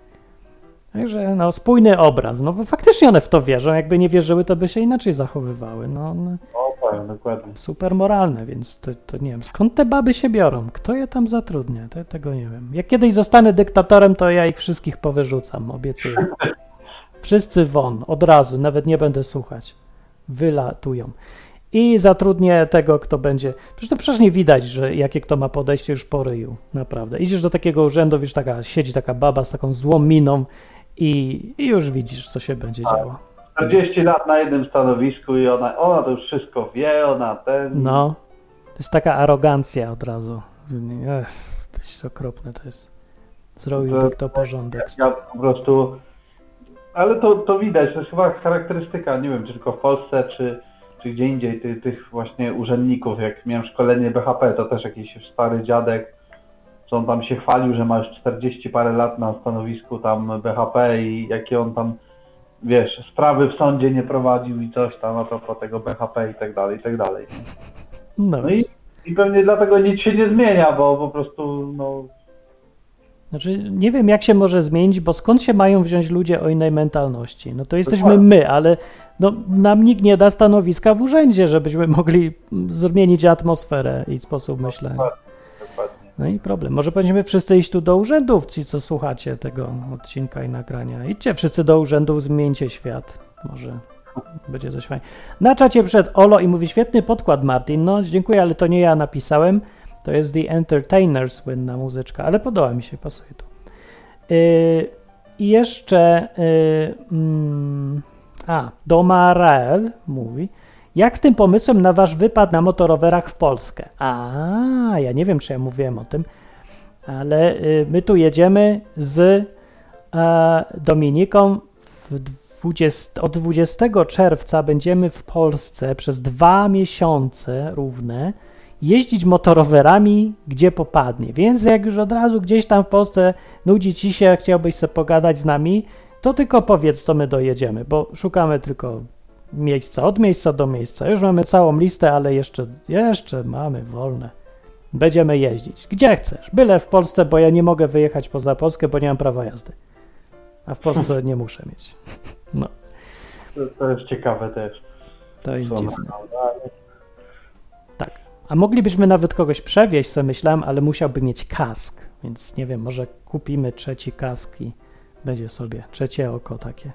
Także no, spójny obraz. No bo faktycznie one w to wierzą. Jakby nie wierzyły, to by się inaczej zachowywały. No, no O, tak, dokładnie. super moralne, więc to, to nie wiem, skąd te baby się biorą? Kto je tam zatrudnia? To, tego nie wiem. Jak kiedyś zostanę dyktatorem, to ja ich wszystkich powyrzucam, obiecuję. Wszyscy won, od razu, nawet nie będę słuchać. Wylatują. I zatrudnię tego, kto będzie... Przecież to przecież nie widać, że jakie kto ma podejście już po ryju, naprawdę. Idziesz do takiego urzędu, wiesz, taka, siedzi taka baba z taką złą miną i, i już widzisz, co się będzie Tak. działo. czterdzieści lat na jednym stanowisku i ona, ona to już wszystko wie, ona ten... No, to jest taka arogancja od razu. Jest, to jest okropne to jest. Zrobiłby kto porządek. Ja po prostu... Ale to, to widać, to jest chyba charakterystyka, nie wiem, czy tylko w Polsce, czy, czy gdzie indziej, ty, tych właśnie urzędników. Jak miałem szkolenie B H P, to też jakiś stary dziadek, co on tam się chwalił, że ma już czterdzieści parę lat na stanowisku tam B H P i jakie on tam, wiesz, sprawy w sądzie nie prowadził i coś tam a propos tego B H P i tak dalej, i tak dalej. No, No i, i pewnie dlatego nic się nie zmienia, bo po prostu, no... znaczy nie wiem, jak się może zmienić, bo skąd się mają wziąć ludzie o innej mentalności? No to jesteśmy Dokładnie. my, ale no, nam nikt nie da stanowiska w urzędzie, żebyśmy mogli zmienić atmosferę i sposób myślenia. Dokładnie. No i problem. Może powinniśmy wszyscy iść tu do urzędów, ci co słuchacie tego odcinka i nagrania. Idźcie wszyscy do urzędów, zmieńcie świat. Może będzie coś fajnego. Na czacie przed Olo i mówi, świetny podkład, Martin. No dziękuję, ale to nie ja napisałem. To jest The Entertainer, słynna muzyczka, ale podoba mi się, pasuje tu. Yy, I jeszcze yy, mm, a, Domarael mówi, jak z tym pomysłem na wasz wypad na motorowerach w Polskę? A, ja nie wiem, czy ja mówiłem o tym, ale yy, my tu jedziemy z e, Dominiką w dwudziestego od dwudziestego czerwca będziemy w Polsce przez dwa miesiące równe jeździć motorowerami, gdzie popadnie. Więc jak już od razu gdzieś tam w Polsce nudzi ci się, chciałbyś sobie pogadać z nami, to tylko powiedz, to my dojedziemy, bo szukamy tylko miejsca, od miejsca do miejsca. Już mamy całą listę, ale jeszcze, jeszcze mamy wolne. Będziemy jeździć. Gdzie chcesz. Byle w Polsce, bo ja nie mogę wyjechać poza Polskę, bo nie mam prawa jazdy. A w Polsce nie muszę mieć. No, To, to jest ciekawe też. to jest Co dziwne. ona- Tak. A moglibyśmy nawet kogoś przewieźć, co myślałem, ale musiałby mieć kask, więc nie wiem, może kupimy trzeci kask i będzie sobie trzecie oko takie.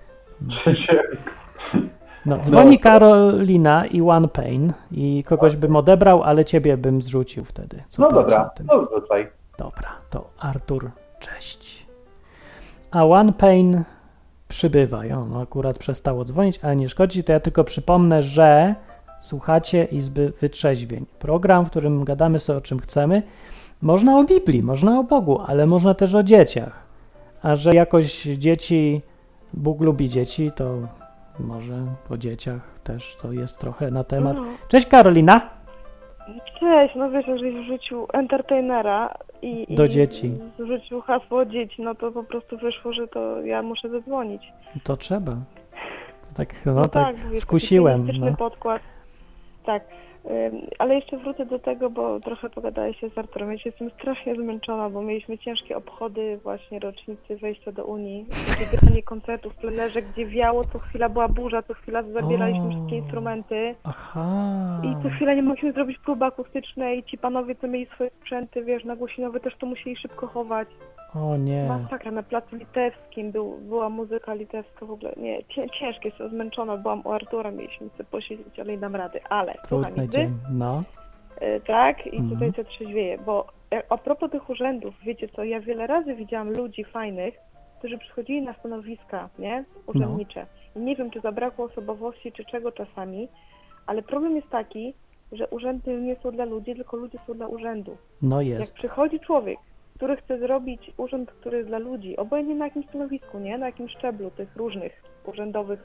No, dzwoni Karolina i One Pain i kogoś bym odebrał, ale ciebie bym zrzucił wtedy. Co No powiesz dobra, na tym? no tutaj. Dobra, to Artur, cześć. A One Pain przybywa. I on akurat przestało dzwonić, ale nie szkodzi. To ja tylko przypomnę, że słuchacie Izby Wytrzeźwień. Program, w którym gadamy sobie o czym chcemy. Można o Biblii, można o Bogu, ale można też o dzieciach. A że jakoś dzieci, Bóg lubi dzieci, to może o dzieciach też to jest trochę na temat. No. Cześć Karolina. Cześć, no wiesz, jeżeli wrzucił entertainera i, Do i dzieci. wrzucił hasło dzieci, no to po prostu wyszło, że to ja muszę zadzwonić. To trzeba. Tak, no, No tak, jest taki skusiłem. feministyczny No. podkład. Tak, ym, ale jeszcze wrócę do tego, bo trochę pogadałeś się z Arturem. Ja się jestem strasznie zmęczona, bo mieliśmy ciężkie obchody właśnie rocznicy wejścia do Unii. Takie granie koncertów w plenerze, gdzie wiało, co chwila była burza, co chwila zabieraliśmy O. wszystkie instrumenty. Aha. I co chwilę nie mogliśmy zrobić próby akustycznej i ci panowie, co mieli swoje sprzęty, wiesz, nagłosinowe, też to musieli szybko chować. O nie. Masakra, na placu litewskim był, była muzyka litewska w ogóle. Nie, cię, ciężkie, jestem zmęczona, byłam u Artura, mieliśmy sobie posiedzieć, ale nie dam rady. Ale, Trudny kochani, wy, dzień. No. y, tak, i Mhm. tutaj się trzeźwieje, bo e, a propos tych urzędów, wiecie co, ja wiele razy widziałam ludzi fajnych, którzy przychodzili na stanowiska, nie, urzędnicze. I nie wiem, czy zabrakło osobowości, czy czego czasami, ale problem jest taki, że urzędy nie są dla ludzi, tylko ludzie są dla urzędu. No Jak jest. przychodzi człowiek, który chce zrobić urząd, który jest dla ludzi, obojętnie na jakim stanowisku, nie? Na jakim szczeblu tych różnych urzędowych,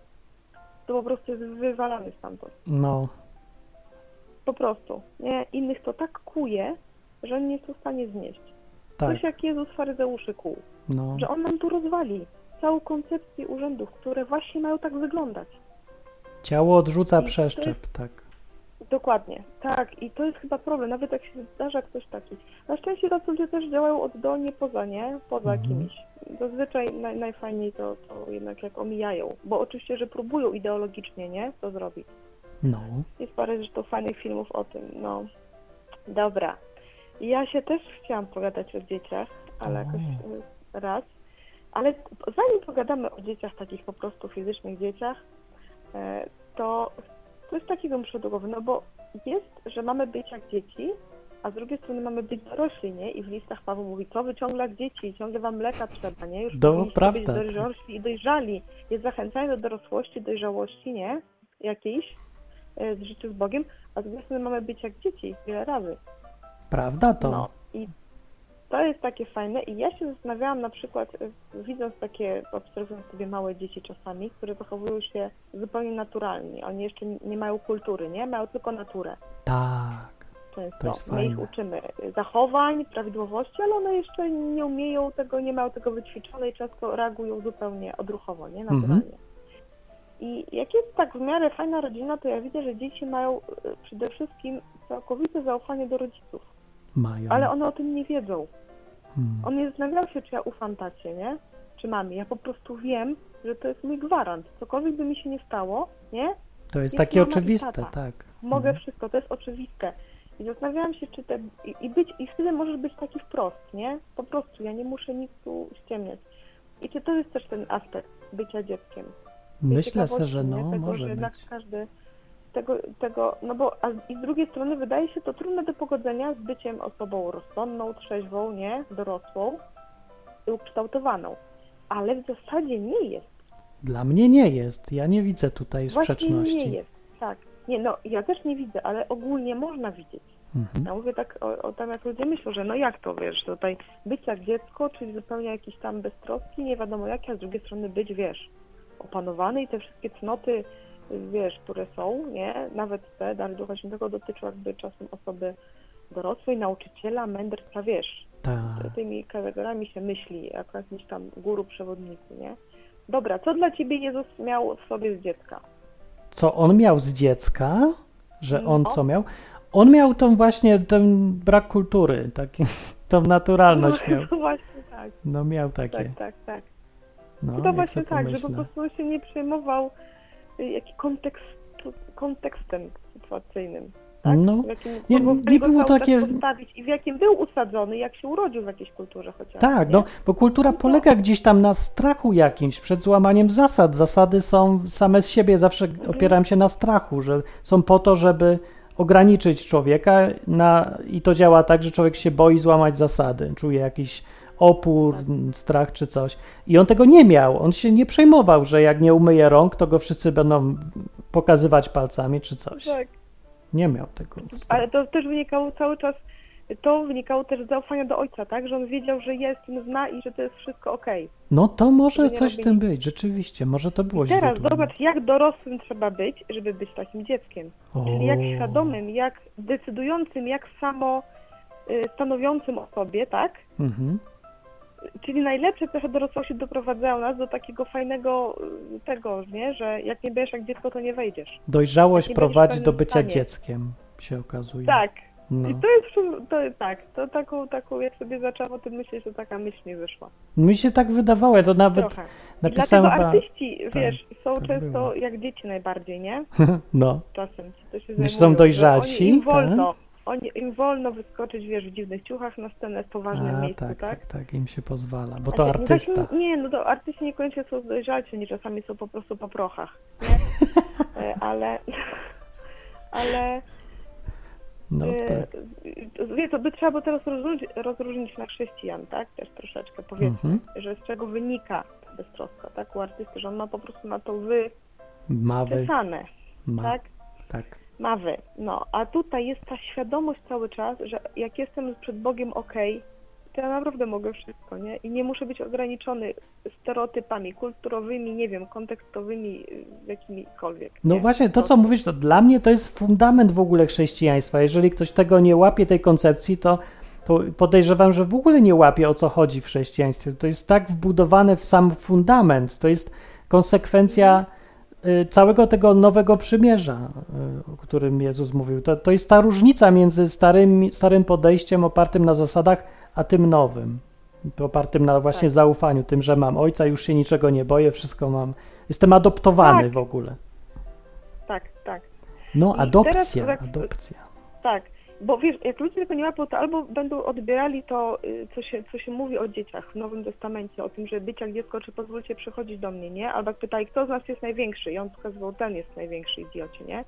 to po prostu jest wywalany stamtąd. No, Po prostu. Nie? Innych to tak kuje, że oni nie są w stanie znieść. tak. Coś jak Jezus faryzeuszy kół. No, Że on nam tu rozwali całą koncepcję urzędów, które właśnie mają tak wyglądać. ciało odrzuca I to przeszczep, tak. Dokładnie, tak. I to jest chyba problem, nawet jak się zdarza ktoś taki. Na szczęście tacy ludzie też działają oddolnie poza, nie? Poza Mhm. kimś. Zazwyczaj naj, najfajniej to, to jednak jak omijają. Bo oczywiście, że próbują ideologicznie, nie? To zrobić. No, Jest parę zresztą fajnych filmów o tym, no. Dobra. Ja się też chciałam pogadać o dzieciach, ale O. jakoś y, raz. Ale zanim pogadamy o dzieciach, takich po prostu fizycznych dzieciach, e, to coś takiego muszę do głowy, no bo jest, że mamy być jak dzieci, a z drugiej strony mamy być dorośli, nie? I w listach Paweł mówi, co wy ciągle jak dzieci, ciągle wam mleka trzeba, nie? Już Do- powinniście prawda, być tak. dorośli i dojrzali. Jest zachęcanie do dorosłości, dojrzałości, nie? Jakiejś e, z życiu z Bogiem, a z drugiej strony mamy być jak dzieci wiele razy. prawda to? No i to jest takie fajne i ja się zastanawiałam na przykład, y, widząc takie, obserwując sobie małe dzieci czasami, które zachowują się zupełnie naturalnie. Oni jeszcze nie nie mają kultury, nie? Mają tylko naturę. Tak, Często. To jest My ich fajne. uczymy y, zachowań, prawidłowości, ale one jeszcze nie umieją tego, nie mają tego wyćwiczone i często reagują zupełnie odruchowo, nie? Naturalnie. Mhm. I jak jest tak w miarę fajna rodzina, to ja widzę, że dzieci mają y, przede wszystkim całkowite zaufanie do rodziców, mają. ale one o tym nie wiedzą. Hmm. On nie zastanawiał się, czy ja ufam tacie, nie? Czy mamie. Ja po prostu wiem, że to jest mój gwarant. Cokolwiek by mi się nie stało, nie? To jest jest takie mama i oczywiste, tata. tak. Mogę Mhm. wszystko, to jest oczywiste. I zastanawiałam się, czy te... I, i być... I wtedy możesz być taki wprost, nie? Po prostu, ja nie muszę nic tu ściemniać. I czy to jest też ten aspekt bycia dzieckiem? Tej Myślę sobie, ciekawości, że no, nie? Tego, może że jednak być. każdy... Tego, tego, no bo, a i z drugiej strony wydaje się to trudne do pogodzenia z byciem osobą rozsądną, trzeźwą, nie? Dorosłą i ukształtowaną. Ale w zasadzie nie jest. Dla mnie nie jest. Ja nie widzę tutaj Właśnie sprzeczności. nie jest, tak. Nie, no ja też nie widzę, ale ogólnie można widzieć. Mhm. Ja mówię tak o, o tam, jak ludzie myślą, że no jak to, wiesz, tutaj być jak dziecko, czyli zupełnie jakiś tam beztroski, nie wiadomo jak, a z drugiej strony być, wiesz, opanowany i te wszystkie cnoty, wiesz, które są, nie, nawet te dary Ducha Świętego dotyczą jakby czasem osoby dorosłej, nauczyciela, mędrca, wiesz, Tak. tymi kategoriami się myśli, jako jakimś tam guru, przewodniku, nie? Dobra, co dla ciebie Jezus miał w sobie z dziecka? Co on miał z dziecka? Że on No. co miał? On miał tą właśnie ten brak kultury, taki, tą naturalność miał. No właśnie tak, No miał takie. tak, tak, tak. No, No to jak właśnie sobie tak, że po pomyślę. prostu się nie przejmował y, jaki kontekst, kontekstem sytuacyjnym. Tak? No, W jakim nie- kogo nie go było cały czas takie- postawić i w jakim był usadzony, jak się urodził w jakiejś kulturze chociaż. Tak, nie? no, bo kultura No to- polega gdzieś tam na strachu jakimś, przed złamaniem zasad. Zasady są same z siebie, zawsze Mhm. opieram się na strachu, że są po to, żeby ograniczyć człowieka na, i to działa tak, że człowiek się boi złamać zasady, czuje jakiś opór, Tak. strach czy coś. I on tego nie miał, on się nie przejmował, że jak nie umyje rąk, to go wszyscy będą pokazywać palcami czy coś. Tak. Nie miał tego. Ale to też wynikało cały czas, to wynikało też z zaufania do ojca, tak? Że on wiedział, że jest, on zna i że to jest wszystko okej. No to może Żeby nie coś w robili- tym być, rzeczywiście, może to było I teraz źródłem. zobacz, jak dorosłym trzeba być, żeby być takim dzieckiem. Czyli jak O. świadomym, jak decydującym, jak samo y, stanowiącym o sobie, tak? Mhm. Czyli najlepsze cechy dorosłości doprowadzają nas do takiego fajnego y, tego, nie? Że jak nie będziesz jak dziecko, to nie wejdziesz. Dojrzałość Jak nie będziesz prowadzi w do pewnym bycia stanie. dzieckiem, się okazuje. Tak. No. I to jest, przy- to jest tak, to taką, taką, jak sobie zaczęłam o tym myśleć, to taka myśl mi wyszła. Mi się tak wydawało, ja to nawet Trochę. I napisałem dlatego chyba... artyści, tak, wiesz, są tak często było. jak dzieci najbardziej, nie? No, Czasem ci to się Myślisz, zajmują, są że dojrzalsi, Oni, im tak? wolno, oni, im wolno wyskoczyć, wiesz, w dziwnych ciuchach na scenę w poważnym a, miejscu, tak, tak? tak, tak, im się pozwala, bo A to nie- artysta. takim- Nie, no to artyści niekoniecznie są dojrzalsi, oni czasami są po prostu po prochach, nie? E, ale, ale No e, tak. wie, to by trzeba było teraz rozróżnić, rozróżnić na chrześcijan, tak? Też troszeczkę powiedzmy, Mhm. że z czego wynika ta beztroska, tak? U artysty, że on ma po prostu na to Mawy, wypisane, ma, tak? tak. Mawy, no, a tutaj jest ta świadomość cały czas, że jak jestem przed Bogiem okej, to ja naprawdę mogę wszystko, nie? I nie muszę być ograniczony stereotypami kulturowymi, nie wiem, kontekstowymi, y, jakimikolwiek. No nie? właśnie, to co mówisz, to dla mnie to jest fundament w ogóle chrześcijaństwa. Jeżeli ktoś tego nie łapie, tej koncepcji, to, to podejrzewam, że w ogóle nie łapie, o co chodzi w chrześcijaństwie. To jest tak wbudowane w sam fundament. To jest konsekwencja y, całego tego nowego przymierza, y, o którym Jezus mówił. To, to jest ta różnica między starym, starym podejściem opartym na zasadach, a tym nowym, opartym na właśnie Tak. zaufaniu, tym, że mam ojca, już się niczego nie boję, wszystko mam. Jestem adoptowany Tak. w ogóle. Tak, tak. No, I adopcja, teraz tak- adopcja. Tak, bo wiesz, jak ludzie tego nie łapią, to albo będą odbierali to, y, co się, co się mówi o dzieciach w Nowym Testamencie, o tym, że być jak dziecko, czy pozwólcie przychodzić do mnie, nie? Albo jak pytali, kto z nas jest największy? I on wskazywał, ten jest największy, idiocie, nie?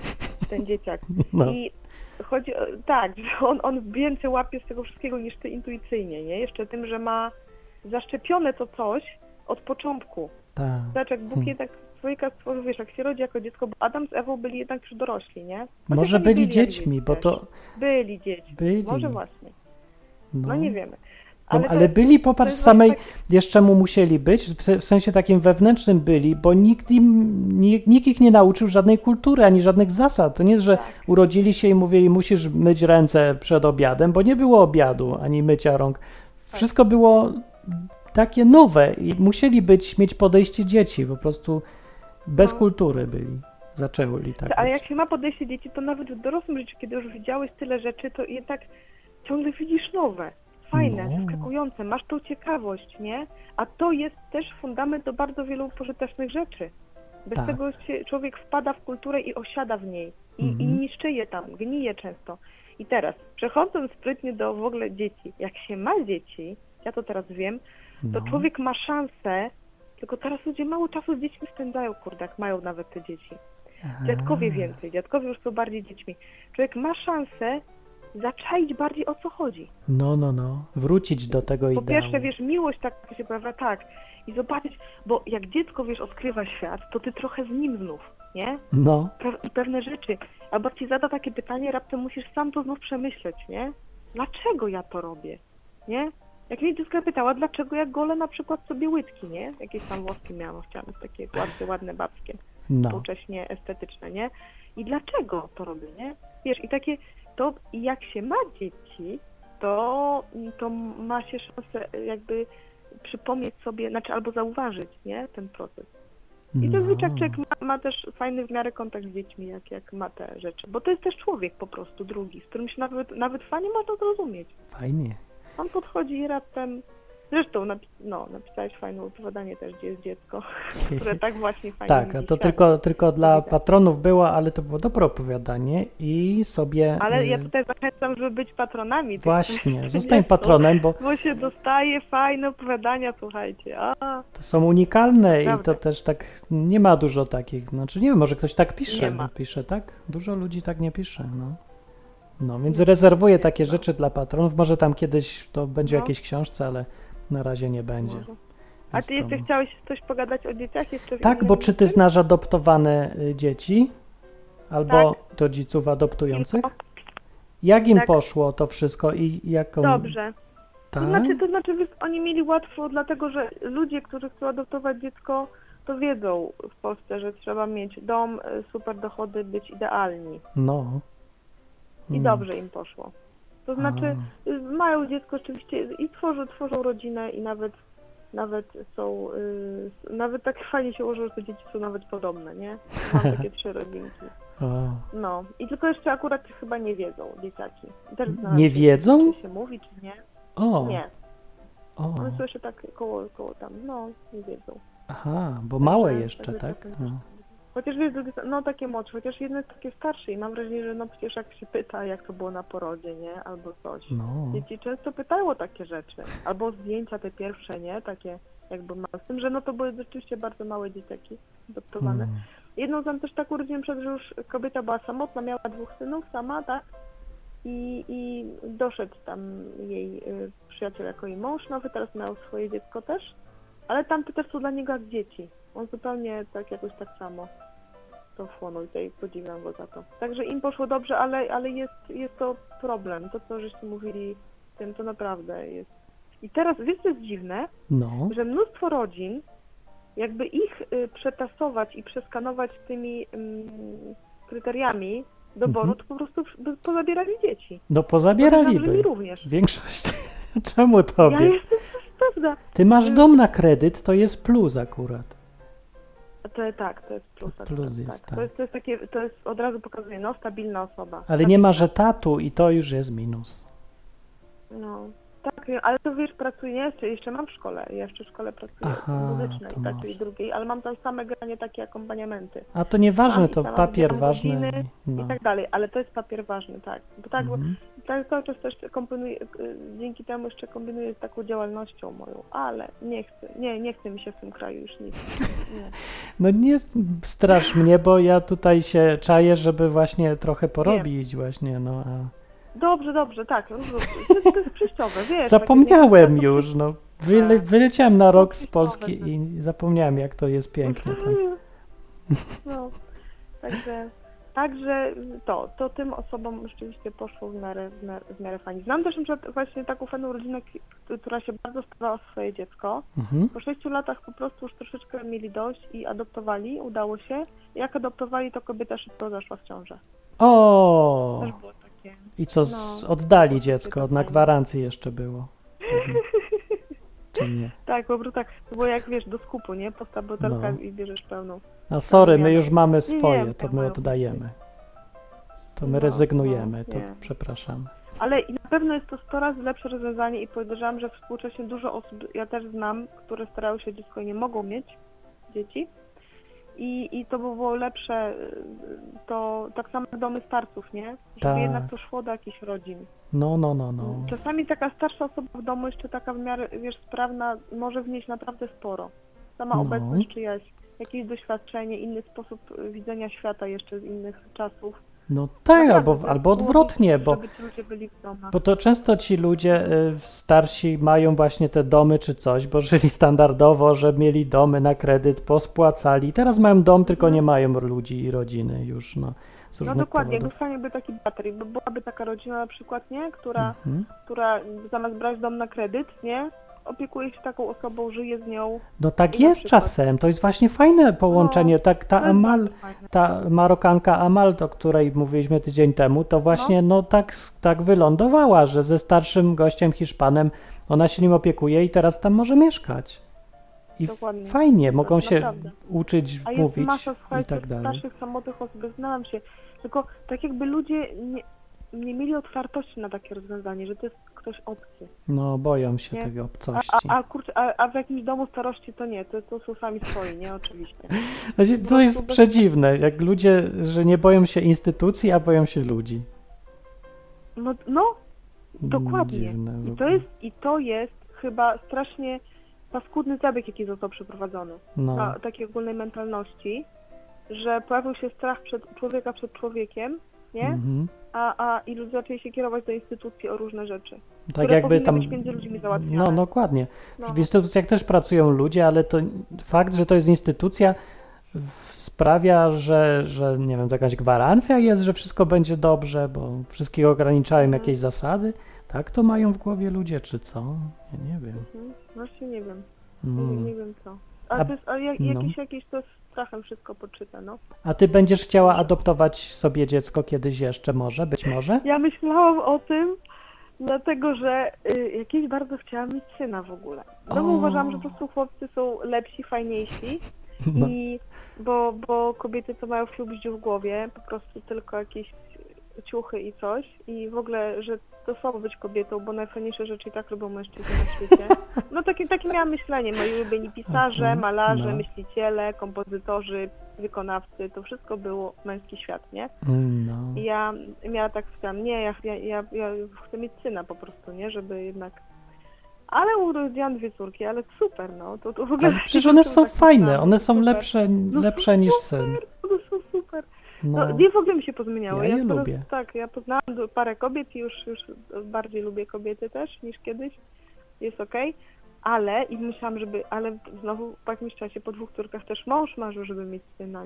Ten dzieciak. No. I chodzi, o- tak, że on, on więcej łapie z tego wszystkiego niż ty intuicyjnie, nie? Jeszcze tym, że ma zaszczepione to coś od początku. Tak. Zobacz, jak Bóg Hmm. jednak człowieka stworzył, wiesz, jak się rodzi jako dziecko, bo Adam z Ewą byli jednak już dorośli, nie? Chociaż Może oni byli jak dziećmi, dzieci bo też. to Byli dziećmi. byli. Może właśnie. No, No nie wiemy. No, to ale jest- byli, to popatrz, jest samej, właśnie tak- wiesz czemu musieli być? W se- w sensie takim wewnętrznym byli, bo nikt im, nikt, nikt ich nie nauczył żadnej kultury, ani żadnych zasad. To nie jest, że Tak. urodzili się i mówili, musisz myć ręce przed obiadem, bo nie było obiadu, ani mycia rąk. Wszystko było takie nowe i musieli być, mieć podejście dzieci, po prostu bez No. kultury byli. Zaczęli tak Ale być. jak się ma podejście dzieci, to nawet w dorosłym życiu, kiedy już widziałeś tyle rzeczy, to jednak ciągle widzisz nowe, fajne, No. zaskakujące, masz tą ciekawość, nie? A to jest też fundament do bardzo wielu pożytecznych rzeczy. Bez Tak. tego się człowiek wpada w kulturę i osiada w niej. I, Mhm. i niszczy je tam, gnije często. I teraz, przechodząc sprytnie do w ogóle dzieci, jak się ma dzieci, ja to teraz wiem, to No. człowiek ma szansę, tylko teraz ludzie mało czasu z dziećmi spędzają, kurde, jak mają nawet te dzieci. Dziadkowie więcej, dziadkowie już są bardziej dziećmi. Człowiek ma szansę zaczaić bardziej, o co chodzi. No, no, no. Wrócić do tego Po ideału. pierwsze, wiesz, miłość tak się pojawia, tak. I zobaczyć, bo jak dziecko, wiesz, odkrywa świat, to ty trochę z nim znów, nie? No, Pe- pewne rzeczy. Albo ci zada takie pytanie, raptem musisz sam to znów przemyśleć, nie? Dlaczego ja to robię, nie? Jak mnie dziecko pytała, dlaczego ja golę na przykład sobie łydki, nie? Jakieś tam włoski miałam, chciałam mieć takie ładne, ładne babskie. no. Współcześnie estetyczne, nie? I dlaczego to robię, nie? Wiesz, i takie, to jak się ma dzieci, to, to ma się szansę jakby przypomnieć sobie, znaczy albo zauważyć, nie? Ten proces. I no. zazwyczaj człowiek ma, ma też fajny w miarę kontakt z dziećmi, jak, jak ma te rzeczy. Bo to jest też człowiek po prostu drugi, z którym się nawet, nawet fajnie można zrozumieć. Fajnie. On podchodzi i raptem... Zresztą napi- no, napisałeś fajne opowiadanie też, gdzie jest dziecko, które tak właśnie fajnie Tak, a widzi to świat. tylko, tylko dla widać. patronów było, ale to było dobre opowiadanie i sobie... Ale ja y, tutaj zachęcam, żeby być patronami. tych, Właśnie, którzy zostań nie są, patronem, bo Bo się dostaje fajne opowiadania, słuchajcie. A, to są unikalne i Prawda. to też tak, nie ma dużo takich, znaczy nie wiem, może ktoś tak pisze, Nie ma. pisze tak? Dużo ludzi tak nie pisze, no. No, więc rezerwuję takie rzeczy dla patronów, może tam kiedyś to będzie w No. jakiejś książce, ale na razie nie będzie. może. A Więc ty to- jeszcze chciałeś coś pogadać o dzieciach? Jeszcze w Tak, innym bo czy ty tym? znasz adoptowane y, dzieci? Albo Tak. rodziców adoptujących? No, Jak im Tak. poszło to wszystko i jaką... Dobrze. Tak? To znaczy, to znaczy, wiesz, oni mieli łatwo, dlatego że ludzie, którzy chcą adoptować dziecko, to wiedzą w Polsce, że trzeba mieć dom, y, super dochody, być idealni. No. I Mm. dobrze im poszło. To znaczy, A. y, mają dziecko oczywiście i tworzą, tworzą rodzinę i nawet nawet są, y, nawet tak fajnie się ułożyło, że te dzieci są nawet podobne, nie? Mam takie trzy rodzinki. O. No. I tylko jeszcze akurat chyba nie wiedzą dzieciaki. Też Nie znalazłem, wiedzą? Czy się mówi, czy nie. O. Nie. O. One są jeszcze tak koło, koło tam, no, nie wiedzą. Aha, bo małe Także- jeszcze, także tak? czasem- No. Chociaż wiesz, drugie- no takie młodsze, chociaż jedno jest takie starsze i mam wrażenie, że no przecież jak się pyta, jak to było na porodzie, nie? Albo coś. No. Dzieci często pytają o takie rzeczy. Albo zdjęcia te pierwsze, nie? Takie jakby małe. Z tym, że no to były rzeczywiście bardzo małe dzieciaki adoptowane. Mm. Jedną znam też tak urodziłem przed, że już kobieta była samotna, miała dwóch synów sama, tak? I, i doszedł tam jej y, przyjaciel jako jej mąż nowy, teraz miał swoje dziecko też. Ale tamte też są dla niego jak dzieci. On zupełnie tak jakoś tak samo. to wchłonął i tutaj podziwiam go za to. Także im poszło dobrze, ale, ale jest, jest to problem. To, co żeście mówili, tym to naprawdę jest. I teraz, wiesz, co jest dziwne? No. Że mnóstwo rodzin, jakby ich y, przetasować i przeskanować tymi mm, kryteriami doboru, Mhm. to po prostu by pozabierali dzieci. No Podejrzewam, że mi pozabieraliby. również. Większość. Czemu Ja tobie? jestem pewna. Ty masz dom na kredyt, to jest plus akurat. To, tak, to jest plus. To akurat, plus jest, tak. tak. To jest, to jest takie, to jest od razu pokazuje, no, stabilna osoba. Ale nie ma, że tatu i to już jest minus. No, tak, ale to wiesz, pracuję, jeszcze, jeszcze mam w szkole, ja jeszcze w szkole pracuję Aha, muzycznej, to takiej może. drugiej, ale mam tam same granie, takie akompaniamenty. A to nieważne, Tam i to tam papier odbieram ważny. godziny No. I tak dalej, ale to jest papier ważny, tak. Bo tak, Mhm. bo, tak cały czas też kombinuję, y, dzięki temu jeszcze kombinuję z taką działalnością moją, ale nie chcę, nie, nie chce mi się w tym kraju już nic. Nie. No nie strasz mnie, bo ja tutaj się czaję, żeby właśnie trochę porobić właśnie, no a... Dobrze, dobrze, tak, to jest, to jest przejściowe, wiesz. Zapomniałem takie, już, no. Wyle, wyleciałem na rok z Przejściowe Polski to i zapomniałem, jak to jest pięknie tam. No, także, także to, to tym osobom rzeczywiście poszło w miarę, w miarę, w miarę fajnie. Znam też na przykład właśnie taką fajną rodzinę, k- która się bardzo starała o swoje dziecko. Mhm. Po sześciu latach po prostu już troszeczkę mieli dość i adoptowali, udało się. Jak adoptowali, to kobieta szybko zaszła w ciążę. O! Też było takie. I co, z, No, oddali było dziecko, takie na fajne. gwarancji jeszcze było. Pewnie. Czy nie? Tak, po prostu tak, to było jak wiesz, do skupu, nie? Postaw butelkę No. i bierzesz pełną. A sorry, my nie, już mamy nie, swoje, to ja my moją oddajemy. To my No, rezygnujemy, no, to nie. przepraszam. Ale i na pewno jest to sto razy lepsze rozwiązanie i podejrzewam, że współcześnie dużo osób, ja też znam, które starały się dziecko i nie mogą mieć dzieci. I, I to by było lepsze, y, to tak samo jak domy starców, nie? Żeby Tak. jednak to szło do jakichś rodzin. No, no, no, no. Czasami taka starsza osoba w domu, jeszcze taka w miarę, wiesz, sprawna, może wnieść naprawdę sporo. Sama No. obecność czyjaś, jakieś doświadczenie, inny sposób y, widzenia świata jeszcze z innych czasów. No tak, Naprawdę, albo, żeby albo było odwrotnie, dobrze, bo, żeby ci ludzie byli w domach. bo to często ci ludzie y, starsi mają właśnie te domy czy coś, bo żyli standardowo, że mieli domy na kredyt, pospłacali. Teraz mają dom, tylko nie mają ludzi i rodziny już, no. Z No różnych dokładnie, powodów. jakby fajnie by taki baterii, bo byłaby taka rodzina na przykład, nie, która, Mhm. która zamiast brać dom na kredyt, nie, opiekuje się taką osobą, żyje z nią. No tak I na jest przykład- czasem, to jest właśnie fajne połączenie. No, tak ta To jest Amal, bardzo fajne. ta Marokanka Amal, o której mówiliśmy tydzień temu, to właśnie no, tak, tak wylądowała, że ze starszym gościem Hiszpanem ona się nim opiekuje i teraz tam może mieszkać. I Dokładnie. fajnie, mogą się Naprawdę. uczyć, A jest mówić masa, i słuchajcie, tak dalej. starszych, samotnych osób, znałam się, tylko tak jakby ludzie nie, nie mieli otwartości na takie rozwiązanie, że to jest ktoś obcy. No boją się Nie? tego A, obcości. a, a, kurczę, a, a w jakimś domu starości to nie, to, to są sami swoi, nie, oczywiście. Znaczy, to jest prostu bez- przedziwne, jak ludzie, że nie boją się instytucji, a boją się ludzi. No, no dokładnie. Dziwne w I to ogóle. jest, i to jest chyba strasznie paskudny zabieg, jaki został przeprowadzony. No. Na takiej ogólnej mentalności, że pojawił się strach przed człowieka przed człowiekiem, nie? Mhm. A, a i ludzie zaczęli się kierować do instytucji o różne rzeczy. Tak które jakby powinny tam. być między ludźmi załatwiane. No dokładnie. No. W instytucjach też pracują ludzie, ale to fakt, że to jest instytucja, w- sprawia, że, że nie wiem, to jakaś gwarancja jest, że wszystko będzie dobrze, bo wszystkich ograniczają Mhm. jakieś zasady. Tak to mają w głowie ludzie, czy co? Ja nie wiem. Mhm. Właśnie nie wiem. Nie, Mm. nie wiem co. A, A- to jest, a jak, no. jakieś, jakieś to jest strachem wszystko poczyte, no. A ty będziesz chciała adoptować sobie dziecko kiedyś jeszcze może? Być może? Ja myślałam o tym, dlatego że y, jakieś bardzo chciałam mieć syna w ogóle. No bo O. uważam, że po prostu chłopcy są lepsi, fajniejsi. No. I bo, bo kobiety to mają fiu bździu w głowie, po prostu tylko jakieś ciuchy i coś. I w ogóle, że to słabo być kobietą, bo najfajniejsze rzeczy i tak lubią mężczyźni na świecie. No takie, takie miałam myślenie. Moi ulubieni pisarze, Mhm, malarze, no. myśliciele, kompozytorzy, wykonawcy, to wszystko było męski świat, nie? Mm, no. I ja miała tak chciałam, nie, ja, ja, ja, ja chcę mieć syna po prostu, nie? Żeby jednak... Ale urodziłam dwie córki, ale super, no. To, to w ogóle Ale przecież one są tak fajne, myślałam, one są super. lepsze, No lepsze są niż super, syn. One są super. No. No, nie w ogóle mi się pozmieniało. Ja je teraz- lubię. Tak, ja poznałam du- parę kobiet i już, już bardziej lubię kobiety też niż kiedyś. Jest okej. Ale i myślałam, żeby, ale znowu po jakimś czasie, po dwóch córkach też mąż marzył, żeby mieć syna, nie?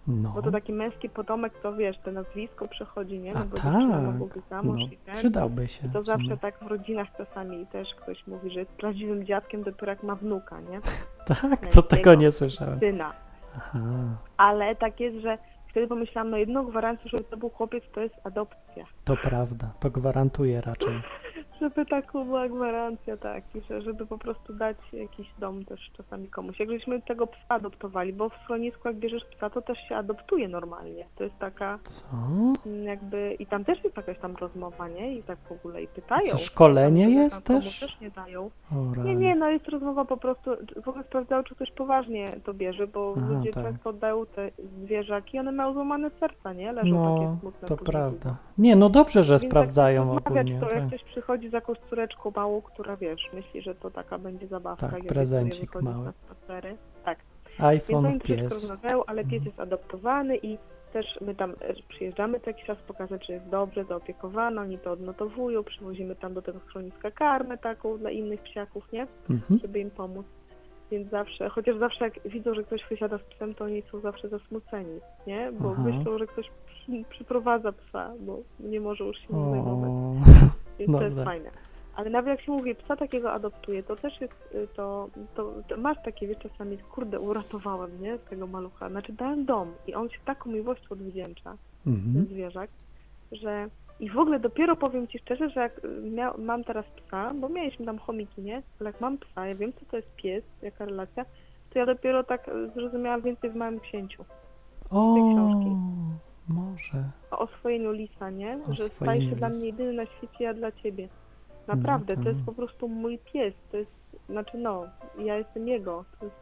No. Bo to taki męski potomek, to wiesz, to nazwisko przechodzi, nie? No A bo tak, dziewczyna mogą być za no, mąż i ten. przydałby się. I to w sumie. zawsze tak w rodzinach czasami też ktoś mówi, że jest prawdziwym dziadkiem dopiero jak ma wnuka, nie? Tak, to tego nie słyszałem. Syna. Aha. Ale tak jest, że wtedy pomyślałam, no jedną gwarancję, żeby to był chłopiec, to jest adopcja. To prawda, to gwarantuję raczej. Żeby taką była gwarancja, tak, i że, żeby po prostu dać jakiś dom też czasami komuś. Jak żeśmy tego psa adoptowali, bo w schronisku jak bierzesz psa, to też się adoptuje normalnie. To jest taka Co? mm, jakby, i tam też jest jakaś tam rozmowa, nie? I tak w ogóle i pytają. Co, szkolenie tam, jest tam komu też? też nie dają. O, Nie, rany. nie, no jest rozmowa po prostu, w ogóle sprawdzają, czy ktoś poważnie to bierze, bo Aha, ludzie tak. często oddają te zwierzaki, one mają złamane serca, nie? Leżą No, takie smutne to później. prawda. Nie, no dobrze, że Więc sprawdzają tak rozmawiać, ogólnie. to jak Tak. ktoś przychodzi z jakąś córeczką małą, która wiesz, myśli, że to taka będzie zabawka. Tak, jak prezencik sobie wychodzić mały. na spacery. Tak, więc iPhone, oni troszeczkę pies. rozmawiają, ale pies Mhm. jest adoptowany i też my tam e, przyjeżdżamy co jakiś czas pokazać, że jest dobrze zaopiekowany, oni to odnotowują, przywozimy tam do tego schroniska karmę taką dla innych psiaków, nie? Mhm. Żeby im pomóc. Więc zawsze, chociaż zawsze jak widzą, że ktoś wysiada z psem, to oni są zawsze zasmuceni, nie? Bo Aha. myślą, że ktoś przy, przyprowadza psa, bo nie może już się nim zajmować. O, Więc to no jest tak. fajne. Ale nawet jak się mówi, psa takiego adoptuje, to też jest, y, to, to, to masz takie, wiesz, czasami, kurde, uratowałem, nie, z tego malucha. Znaczy dałem dom i on się taką miłością odwdzięcza, ten Mhm. zwierzak, że i w ogóle dopiero powiem Ci szczerze, że jak y, mia, mam teraz psa, bo mieliśmy tam chomiki, nie, ale jak mam psa, ja wiem, co to jest pies, jaka relacja, to ja dopiero tak y, zrozumiałam więcej w Małym Księciu. O, tej książki. może. O oswojeniu lisa, nie, O że stajesz oswojeniu się dla lisa. mnie jedyny na świecie, ja dla Ciebie. Naprawdę, No to jest tak. po prostu mój pies, to jest, znaczy no, ja jestem jego, to jest,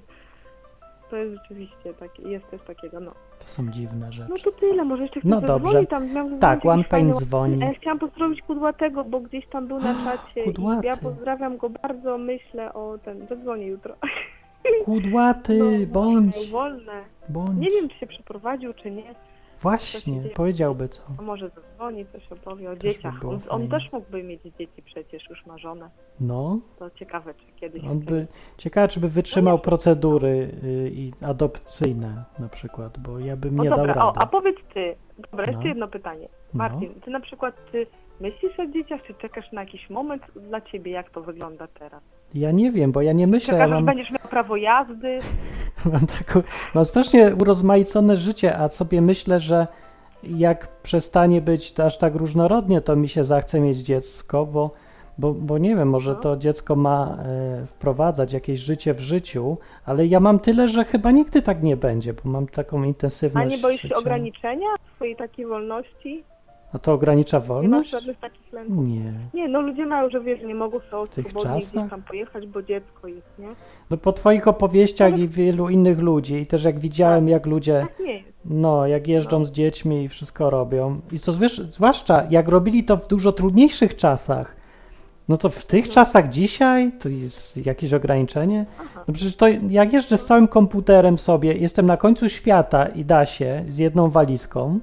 to jest rzeczywiście, tak, jest też takiego, no. To są dziwne rzeczy. No to tyle, może jeszcze ktoś No dobrze. zadzwoni, tam miał zadzwonić Tak, jakiś One Pain fajny- dzwoni. A ja chciałam pozdrowić Kudłatego, bo gdzieś tam był na czacie Kudłaty. i ja pozdrawiam go bardzo, myślę o ten, zadzwonię jutro. Kudłaty, No, bądź, miał wolne. bądź. Nie wiem, czy się przeprowadził, czy nie. Właśnie, powiedziałby co. A może zadzwoni, coś opowie o Też by dzieciach. było On, on fajnie. też mógłby mieć dzieci przecież, już ma żonę. No, To ciekawe, czy kiedyś... on by, ciekawe czy by wytrzymał procedury y, i adopcyjne na przykład, bo ja bym O nie dał dobra, rady. o, a powiedz ty, dobra, No. jeszcze jedno pytanie. Marcin, ty na przykład, ty myślisz o dzieciach, czy czekasz na jakiś moment dla ciebie, jak to wygląda teraz? Ja nie wiem, bo ja nie myślę, ja Czekasz, aż mam, będziesz miał prawo jazdy? mam, taką, mam strasznie urozmaicone życie, a sobie myślę, że jak przestanie być aż tak różnorodnie, to mi się zachce mieć dziecko, bo, bo, bo nie wiem, może No. to dziecko ma e, wprowadzać jakieś życie w życiu, ale ja mam tyle, że chyba nigdy tak nie będzie, bo mam taką A intensywność nie boisz się życia. ograniczenia swojej takiej wolności? A to ogranicza Nie masz wolność? żadnych takich lęków? Nie. Nie, no ludzie mają, że wiesz, nie mogą sobie tych swobodnie gdzieś czasach? tam pojechać, bo dziecko jest, nie? No po twoich opowieściach Ale- i wielu innych ludzi i też jak widziałem, jak ludzie, Tak nie jest. no, jak jeżdżą z dziećmi i wszystko robią. I co wiesz, zwłaszcza jak robili to w dużo trudniejszych czasach, no to w tych czasach dzisiaj to jest jakieś ograniczenie. Aha. No przecież to jak jeżdżę z całym komputerem sobie, jestem na końcu świata i da się z jedną walizką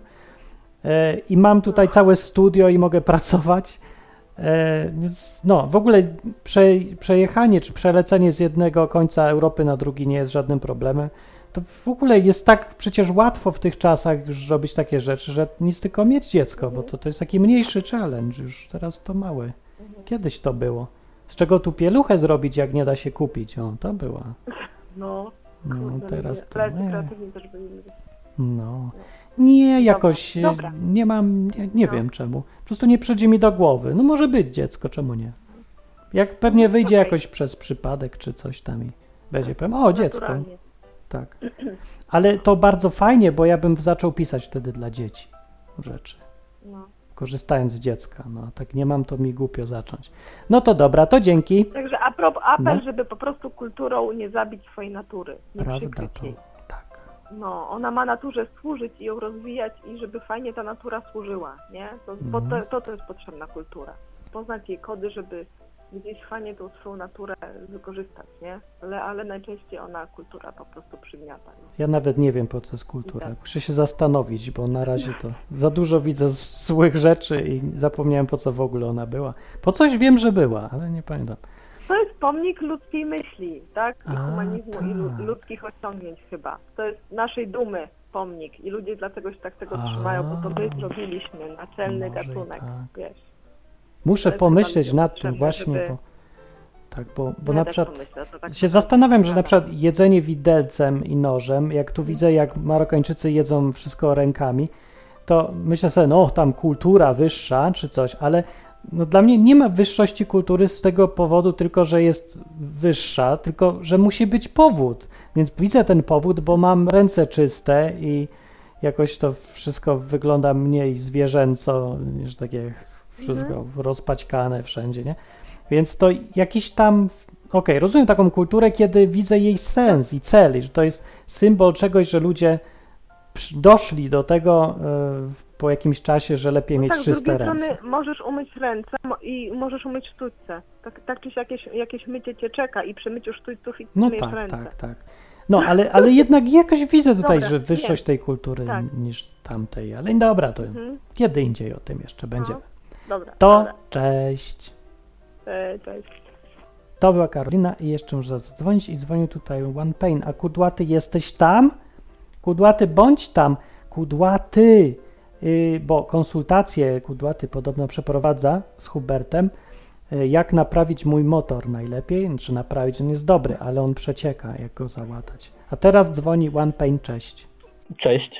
e, i mam tutaj całe studio i mogę pracować. E, więc no, w ogóle prze, przejechanie czy przelecenie z jednego końca Europy na drugi nie jest żadnym problemem. To w ogóle jest tak przecież łatwo w tych czasach już robić takie rzeczy, że nic tylko mieć dziecko, bo to, to jest taki mniejszy challenge, już teraz to mały. Kiedyś to było. Z czego tu pieluchę zrobić, jak nie da się kupić? O, to była. No, No, kurde, teraz ludzie- to ale nie. kreatywni też byli ludzie. No. Nie, jakoś dobra. nie mam, nie, nie No. wiem czemu. Po prostu nie przyjdzie mi do głowy. No może być dziecko, czemu nie? Jak pewnie wyjdzie Okej. jakoś przez przypadek czy coś tam i będzie powiem, o dziecko. Naturalnie. Tak. Ale to bardzo fajnie, bo ja bym zaczął pisać wtedy dla dzieci rzeczy. No. Korzystając z dziecka. No a tak nie mam, to mi głupio zacząć. No to dobra, to dzięki. Także a propos, apel, No. żeby po prostu kulturą nie zabić swojej natury. Nie Prawda przykryć to. jej. Tak. No, ona ma naturze służyć i ją rozwijać i żeby fajnie ta natura służyła, nie? To, bo Mhm. to, to, to jest potrzebna kultura. Poznać jej kody, żeby gdzieś fajnie tą swoją naturę wykorzystać, nie? Ale, ale najczęściej ona, kultura po prostu przygniata. Nie? Ja nawet nie wiem, po co jest kultura. Tak. Muszę się zastanowić, bo na razie to za dużo widzę z- złych rzeczy i zapomniałem, po co w ogóle ona była. Po coś wiem, że była, ale nie pamiętam. To jest pomnik ludzkiej myśli, tak? I A, humanizmu i lu- tak. ludzkich osiągnięć chyba. To jest naszej dumy. pomnik i ludzie dlatego się tak tego A. trzymają, bo to my zrobiliśmy naczelny Może i gatunek, tak. wiesz. Muszę jest pomyśleć chyba nad tym potrzebne, właśnie, żeby- bo tak, bo, bo Ja na też przykład pomyślę, to tak się zastanawiam, że na przykład jedzenie widelcem i nożem, jak tu widzę, jak Marokańczycy jedzą wszystko rękami, to myślę sobie, no tam kultura wyższa czy coś, ale no, dla mnie nie ma wyższości kultury z tego powodu tylko, że jest wyższa, tylko że musi być powód. Więc widzę ten powód, bo mam ręce czyste i jakoś to wszystko wygląda mniej zwierzęco, niż takie wszystko rozpaćkane wszędzie, nie? Więc to jakiś tam, okej, rozumiem taką kulturę, kiedy widzę jej sens i cel, i że to jest symbol czegoś, że ludzie przy- doszli do tego e, po jakimś czasie, że lepiej mieć tak, z czyste drugiej ręce. strony możesz umyć ręce mo- i możesz umyć sztućce. Tak, tak czy siak jakieś, jakieś mycie cię czeka i przy myciu sztućców i No myjesz tak, ręce. tak, tak. No, ale, ale jednak jakoś widzę tutaj, Dobra, że wyższość nie. tej kultury Tak. niż tamtej, ale dobra, to Mhm. kiedy indziej o tym jeszcze będzie. No, dobra. To dobra. cześć. Cześć, cześć. To była Karolina i jeszcze muszę zadzwonić i dzwonił tutaj One Pain. A Kudłaty, jesteś tam? Kudłaty, bądź tam. Kudłaty, yy, bo konsultacje Kudłaty podobno przeprowadza z Hubertem, yy, jak naprawić mój motor najlepiej. Znaczy naprawić, on jest dobry, ale on przecieka, jak go załatać. A teraz dzwoni One Pain, cześć. Cześć.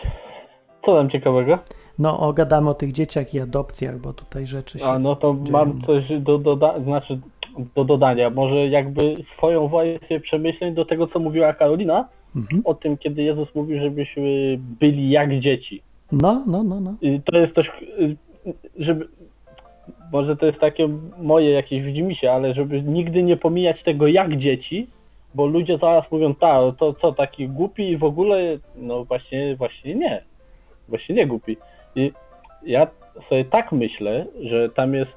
Co tam ciekawego? No, o, gadamy o tych dzieciach i adopcjach, bo tutaj rzeczy się... A no to dzieją. mam coś do, doda- znaczy do dodania. Może jakby swoją wersję przemyśleń do tego, co mówiła Karolina, Mhm. o tym, kiedy Jezus mówił, żebyśmy byli jak dzieci. No, no, no, no. I to jest coś, y, żeby... Może to jest takie moje jakieś widzimisię, ale żeby nigdy nie pomijać tego jak dzieci, bo ludzie zaraz mówią, ta, to co, taki głupi i w ogóle, no właśnie, właśnie nie. Właśnie nie głupi. I ja sobie tak myślę, że tam jest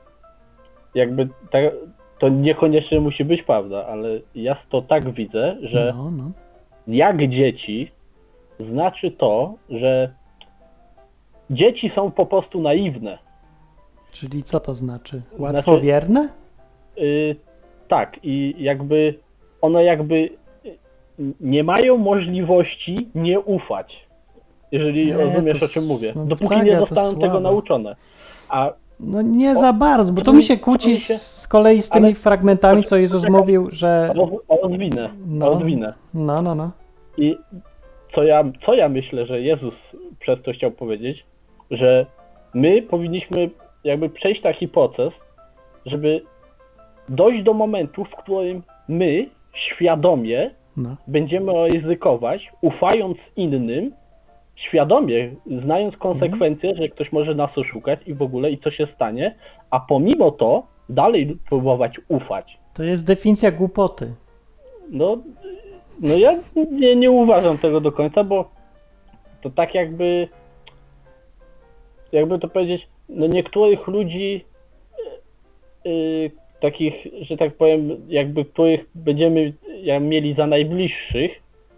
jakby, ta, to niekoniecznie musi być prawda, ale ja to tak widzę, że No, no. jak dzieci znaczy to, że dzieci są po prostu naiwne. Czyli co to znaczy? Znaczy- Łatwowierne? Yy, tak, i jakby one jakby y, nie mają możliwości nie ufać. Jeżeli Nie, rozumiesz, to o czym s- mówię. no Dopóki tak, nie ale to zostaną tego słabe. nauczone. A No nie O, za bardzo, bo to to mi się mi- kłóci to mi się- z kolei z tymi ale- fragmentami, co Jezus poczekaj. mówił, że... roz, rozwinę, No. rozwinę. No, no, no. I co ja, co ja myślę, że Jezus przez to chciał powiedzieć, że my powinniśmy jakby przejść taki proces, żeby dojść do momentu, w którym my świadomie no. będziemy ryzykować, ufając innym, świadomie, znając konsekwencje, że ktoś może nas oszukać i w ogóle i co się stanie, a pomimo to dalej próbować ufać. To jest definicja głupoty. No, no ja nie, nie uważam tego do końca, bo to tak jakby, jakby to powiedzieć, no niektórych ludzi yy, takich, że tak powiem, jakby których będziemy jak mieli za najbliższych,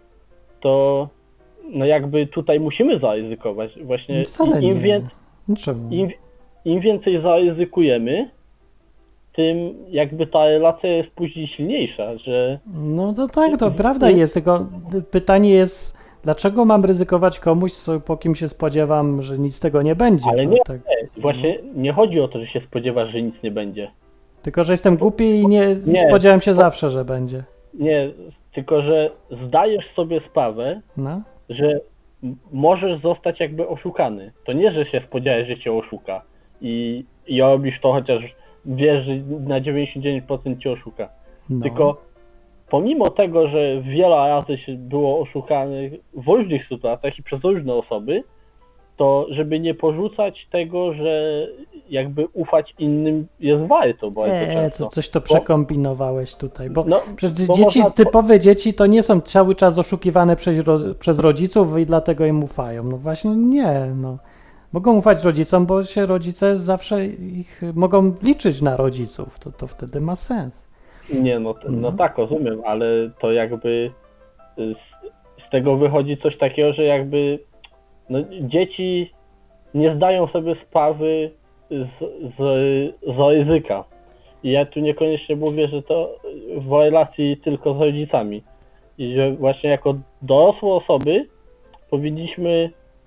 to no jakby tutaj musimy zaryzykować. Właśnie Wcale im, nie. wię- Czemu? im, im więcej zaryzykujemy, tym jakby ta relacja jest później silniejsza, że No to tak, to prawda jest, tylko pytanie jest, dlaczego mam ryzykować komuś, co- po kim się spodziewam, że nic z tego nie będzie. Ale No nie, tak. właśnie nie chodzi o to, że się spodziewasz, że nic nie będzie. Tylko, że jestem głupi i nie, i Nie. spodziewałem się zawsze, że będzie. Nie, tylko że zdajesz sobie sprawę, No. że m- możesz zostać jakby oszukany. To nie, że się spodziewałeś, że cię oszuka i, i robisz to, chociaż wiesz, że na dziewięćdziesiąt dziewięć procent cię oszuka. No. Tylko pomimo tego, że wiele razy się było oszukanych w różnych sytuacjach i przez różne osoby, to żeby nie porzucać tego, że jakby ufać innym jest warto bardzo Nie, często. co, coś to przekombinowałeś tutaj, bo No, przecież bo dzieci, można- typowe dzieci to nie są cały czas oszukiwane przez, ro, przez rodziców i dlatego im ufają. No właśnie nie, no. Mogą ufać rodzicom, bo się rodzice zawsze ich mogą liczyć na rodziców, to, to wtedy ma sens. Nie, no, t- no Mhm. tak, rozumiem, ale to jakby z, z tego wychodzi coś takiego, że jakby no, dzieci nie zdają sobie sprawy z, z, z ryzyka. I ja tu niekoniecznie mówię, że to w relacji tylko z rodzicami. I że właśnie jako dorosłe osoby powinniśmy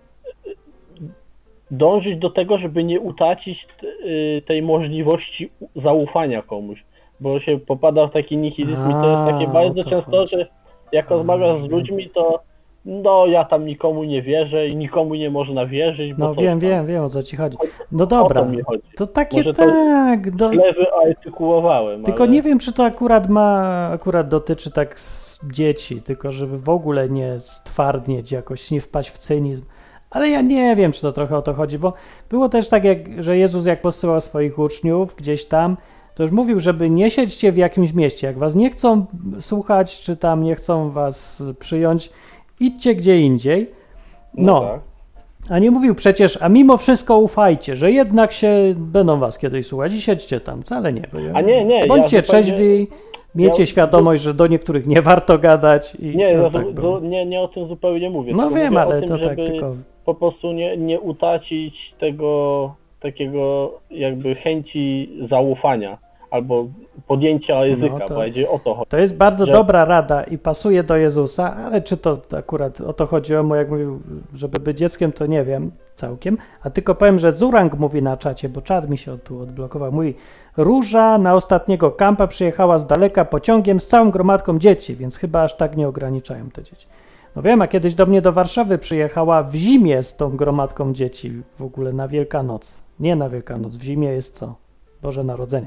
dążyć do tego, żeby nie utracić tej możliwości zaufania komuś, bo się popada w taki nihilizm i to jest takie bardzo to często, chodzi. że jak rozmawiasz z ludźmi, to no ja tam nikomu nie wierzę i nikomu nie można wierzyć, bo No to wiem, tam, wiem, wiem o co ci chodzi. No o dobra, to mi chodzi. to takie Może to tak, no, źle wyartykułowałem, tylko ale... nie wiem, czy to akurat ma, akurat dotyczy tak z dzieci, tylko żeby w ogóle nie stwardnieć jakoś, nie wpaść w cynizm. Ale ja nie wiem, czy to trochę o to chodzi, bo było też tak, jak, że Jezus jak posyłał swoich uczniów gdzieś tam, to już mówił, żeby nie siedźcie w jakimś mieście. Jak was nie chcą słuchać, czy tam nie chcą was przyjąć, idźcie gdzie indziej. No, tak. a nie mówił przecież, a mimo wszystko ufajcie, że jednak się będą was kiedyś słuchać i siedźcie tam. Wcale nie. A nie, nie. Bądźcie ja zupełnie... trzeźwi, miejcie ja... świadomość, że do niektórych nie warto gadać. I Nie, no, no, tak to, było. to, nie, nie o tym zupełnie mówię. No tylko wiem, mówię ale o tym, to tak żeby tylko... po prostu nie, nie utracić tego takiego jakby chęci zaufania albo podjęcia ryzyka, No to- bardziej o to chodzi. To jest bardzo że- dobra rada i pasuje do Jezusa, ale czy to akurat o to chodziło mu, jak mówił, żeby być dzieckiem, to nie wiem całkiem, a tylko powiem, że Zurang mówi na czacie, bo czat mi się tu odblokował, mówi: Róża na ostatniego kampa przyjechała z daleka pociągiem z całą gromadką dzieci, więc chyba aż tak nie ograniczają te dzieci. No wiem, a kiedyś do mnie do Warszawy przyjechała w zimie z tą gromadką dzieci w ogóle na Wielkanoc. Nie na Wielkanoc, w zimie jest co? Boże Narodzenie.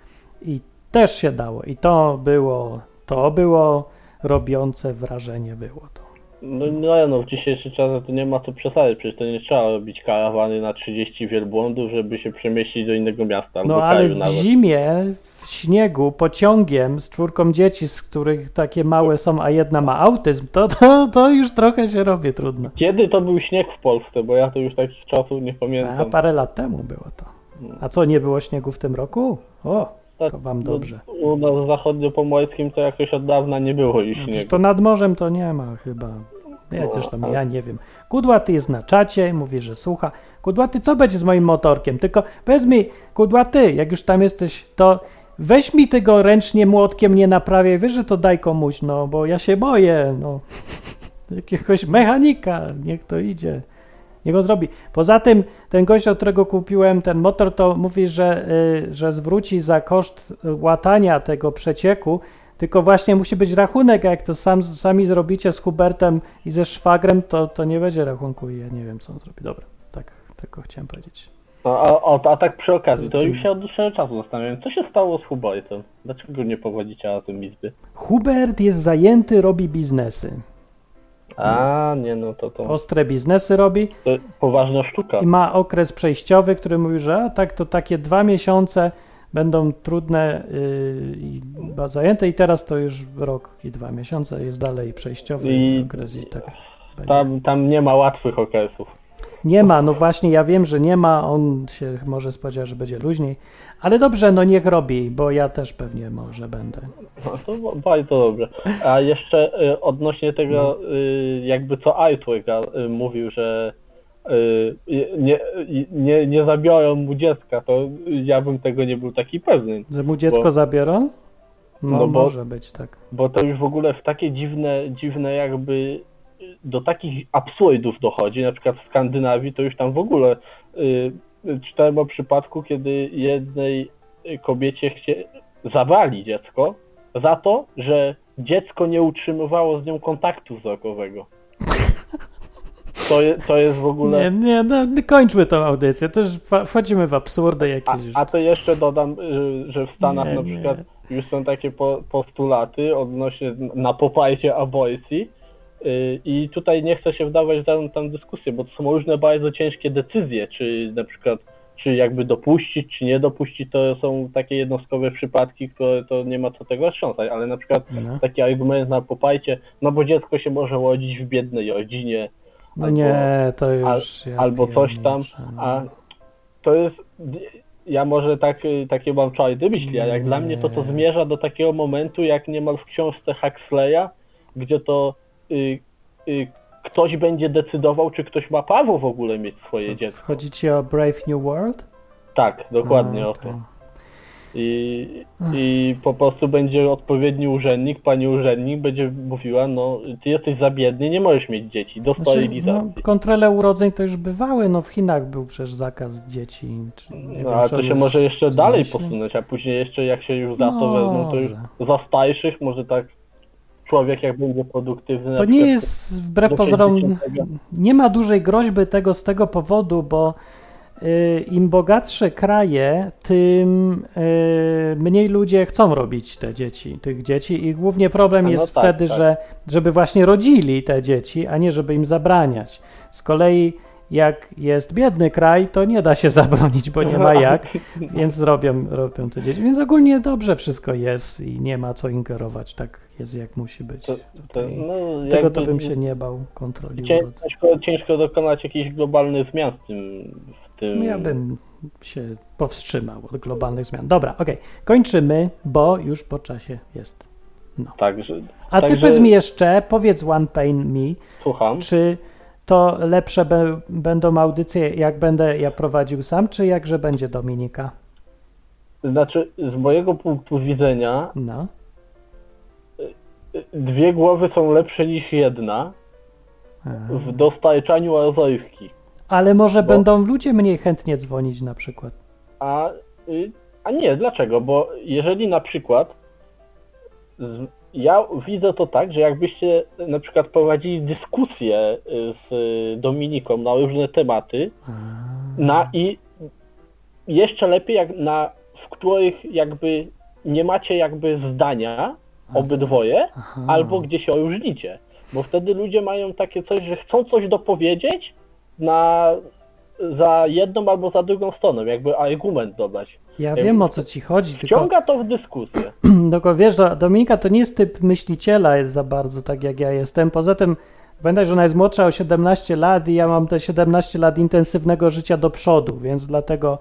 I też się dało. I to było, to było robiące wrażenie było to. No, no, no w dzisiejszych czasach to nie ma co przesadzać, przecież to nie trzeba robić karawany na trzydzieści wielbłądów, żeby się przemieścić do innego miasta albo No ale kraju w nawet. zimie, w śniegu, pociągiem z czwórką dzieci, z których takie małe są, a jedna ma autyzm, to, to, to już trochę się robi trudno. Kiedy to był śnieg w Polsce, bo ja to już takich czasów nie A pamiętam. parę lat temu było to. A co, nie było śniegu w tym roku? O, to wam dobrze. U nas w zachodniopomorskim to jakoś od dawna nie było już śniegu. To nad morzem to nie ma chyba. Ja No, zresztą ale- ja nie wiem. Kudłaty jest na czacie, mówi, że słucha. Kudłaty, co będzie z moim motorkiem? Tylko powiedz mi, Kudłaty, jak już tam jesteś, to weź mi tego ręcznie młotkiem, nie naprawiaj, wiesz, że to daj komuś, no, bo ja się boję, no. Jakiegoś mechanika, niech to idzie. Niech go zrobi. Poza tym ten gość, od którego kupiłem ten motor, to mówi, że, y, że zwróci za koszt łatania tego przecieku, tylko właśnie musi być rachunek, a jak to sam, sami zrobicie z Hubertem i ze szwagrem, to, to nie będzie rachunku i ja nie wiem, co on zrobi. Dobra, tak tylko chciałem powiedzieć. No, a, a, a tak przy okazji, to To- już się od dłuższego czasu zastanawiam, co się stało z Hubertem? Dlaczego nie prowadzicie razem izby? Hubert jest zajęty, robi biznesy. A, nie no, to to, Ostre biznesy robi to poważna sztuka. i ma okres przejściowy, który mówi, że a, tak, to takie dwa miesiące będą trudne yy, i ba- zajęte i teraz to już rok i dwa miesiące jest dalej przejściowy I- okres i tak będzie. Tam, tam nie ma łatwych okresów. Nie ma, no właśnie ja wiem, że nie ma, on się może spodziewa, że będzie luźniej, ale dobrze, no niech robi, bo ja też pewnie może będę. No to bardzo dobrze. A jeszcze y, odnośnie tego, y, jakby co Artur y, mówił, że y, nie, y, nie, nie zabiorą mu dziecka, to ja bym tego nie był taki pewny. Że mu dziecko Bo- zabiorą? No, No bo- może być tak. Bo to już w ogóle w takie dziwne, dziwne jakby do takich absurdów dochodzi, na przykład w Skandynawii to już tam w ogóle y, czytałem o przypadku, kiedy jednej kobiecie chcie, zabrali dziecko za to, że dziecko nie utrzymywało z nią kontaktu wzrokowego. To, je, to jest w ogóle... Nie, nie, no, kończmy tą audycję, też wa- wchodzimy w absurdy A, jakieś. a to jeszcze dodam, y, że w Stanach Nie, na nie. przykład już są takie po, postulaty odnośnie na poparcie aborcji y, i tutaj nie chcę się wdawać w żadną tam dyskusję, bo to są różne bardzo ciężkie decyzje, czy na przykład czy jakby dopuścić, czy nie dopuścić, to są takie jednostkowe przypadki, które to nie ma co tego roztrząsać, ale na przykład No. taki argument na poparcie, no bo dziecko się może urodzić w biednej rodzinie, No albo- nie, to już... ja albo coś tam, pierniczę, no. a to jest, ja może tak, takie mam czarne myśli, a jak Nie. dla mnie to to zmierza do takiego momentu, jak niemal w książce Huxleya, gdzie to y, y, ktoś będzie decydował, czy ktoś ma prawo w ogóle mieć swoje dziecko. Chodzi ci o Brave New World? Tak, dokładnie No, o to. I, I po prostu będzie odpowiedni urzędnik, pani urzędnik będzie mówiła, no ty jesteś za biedny, nie możesz mieć dzieci, do Znaczy, sterylizacji. no, kontrole urodzeń to już bywały, no w Chinach był przecież zakaz dzieci. Czy, nie No wiem, ale czy to się już może jeszcze dalej znieśli? posunąć, a później jeszcze jak się już za to wezmą, to już Może. za starszych może tak człowiek jak będzie produktywny. To na nie przykład jest wbrew do pozorom, sześćdziesiątego. nie ma dużej groźby tego z tego powodu, bo y, im bogatsze kraje, tym y, mniej ludzie chcą robić te dzieci, tych dzieci i głównie problem A no jest tak, wtedy, tak. że żeby właśnie rodzili te dzieci, a nie żeby im zabraniać. Z kolei jak jest biedny kraj, to nie da się zabronić, bo nie ma jak, więc robią, robią te dzieci. Więc ogólnie dobrze wszystko jest i nie ma co ingerować, tak jest jak musi być. To, to, Tutaj. no, Tego jakby to bym się nie bał kontroli cię- urodzeń. ciężko, ciężko dokonać jakichś globalnych zmian w tym. W tym... No ja bym się powstrzymał od globalnych zmian. Dobra, okej, kończymy, bo już po czasie jest. No. Także, A ty także- powiedz mi jeszcze, powiedz One Pain Me, słucham. czy to lepsze be, będą audycje, jak będę ja prowadził sam, czy jakże będzie Dominika? Znaczy, z mojego punktu widzenia No. dwie głowy są lepsze niż jedna Aha. w dostarczaniu rozrywki. Ale może Bo- będą ludzie mniej chętnie dzwonić na przykład. A, y, a nie, dlaczego? Bo jeżeli na przykład z, ja widzę to tak, że jakbyście na przykład prowadzili dyskusję y, z Dominiką na różne tematy A, na i jeszcze lepiej jak na w których jakby nie macie jakby zdania obydwoje, aha. albo gdzie się różnicie. Bo wtedy ludzie mają takie coś, że chcą coś dopowiedzieć na, za jedną albo za drugą stroną, jakby argument dodać. Ja wiem, o co ci chodzi, tylko, Wciąga to w dyskusję. tylko wiesz, do- Dominika to nie jest typ myśliciela jest za bardzo, tak jak ja jestem. Poza tym pamiętaj, że ona jest młodsza o siedemnaście lat i ja mam te siedemnaście lat intensywnego życia do przodu, więc dlatego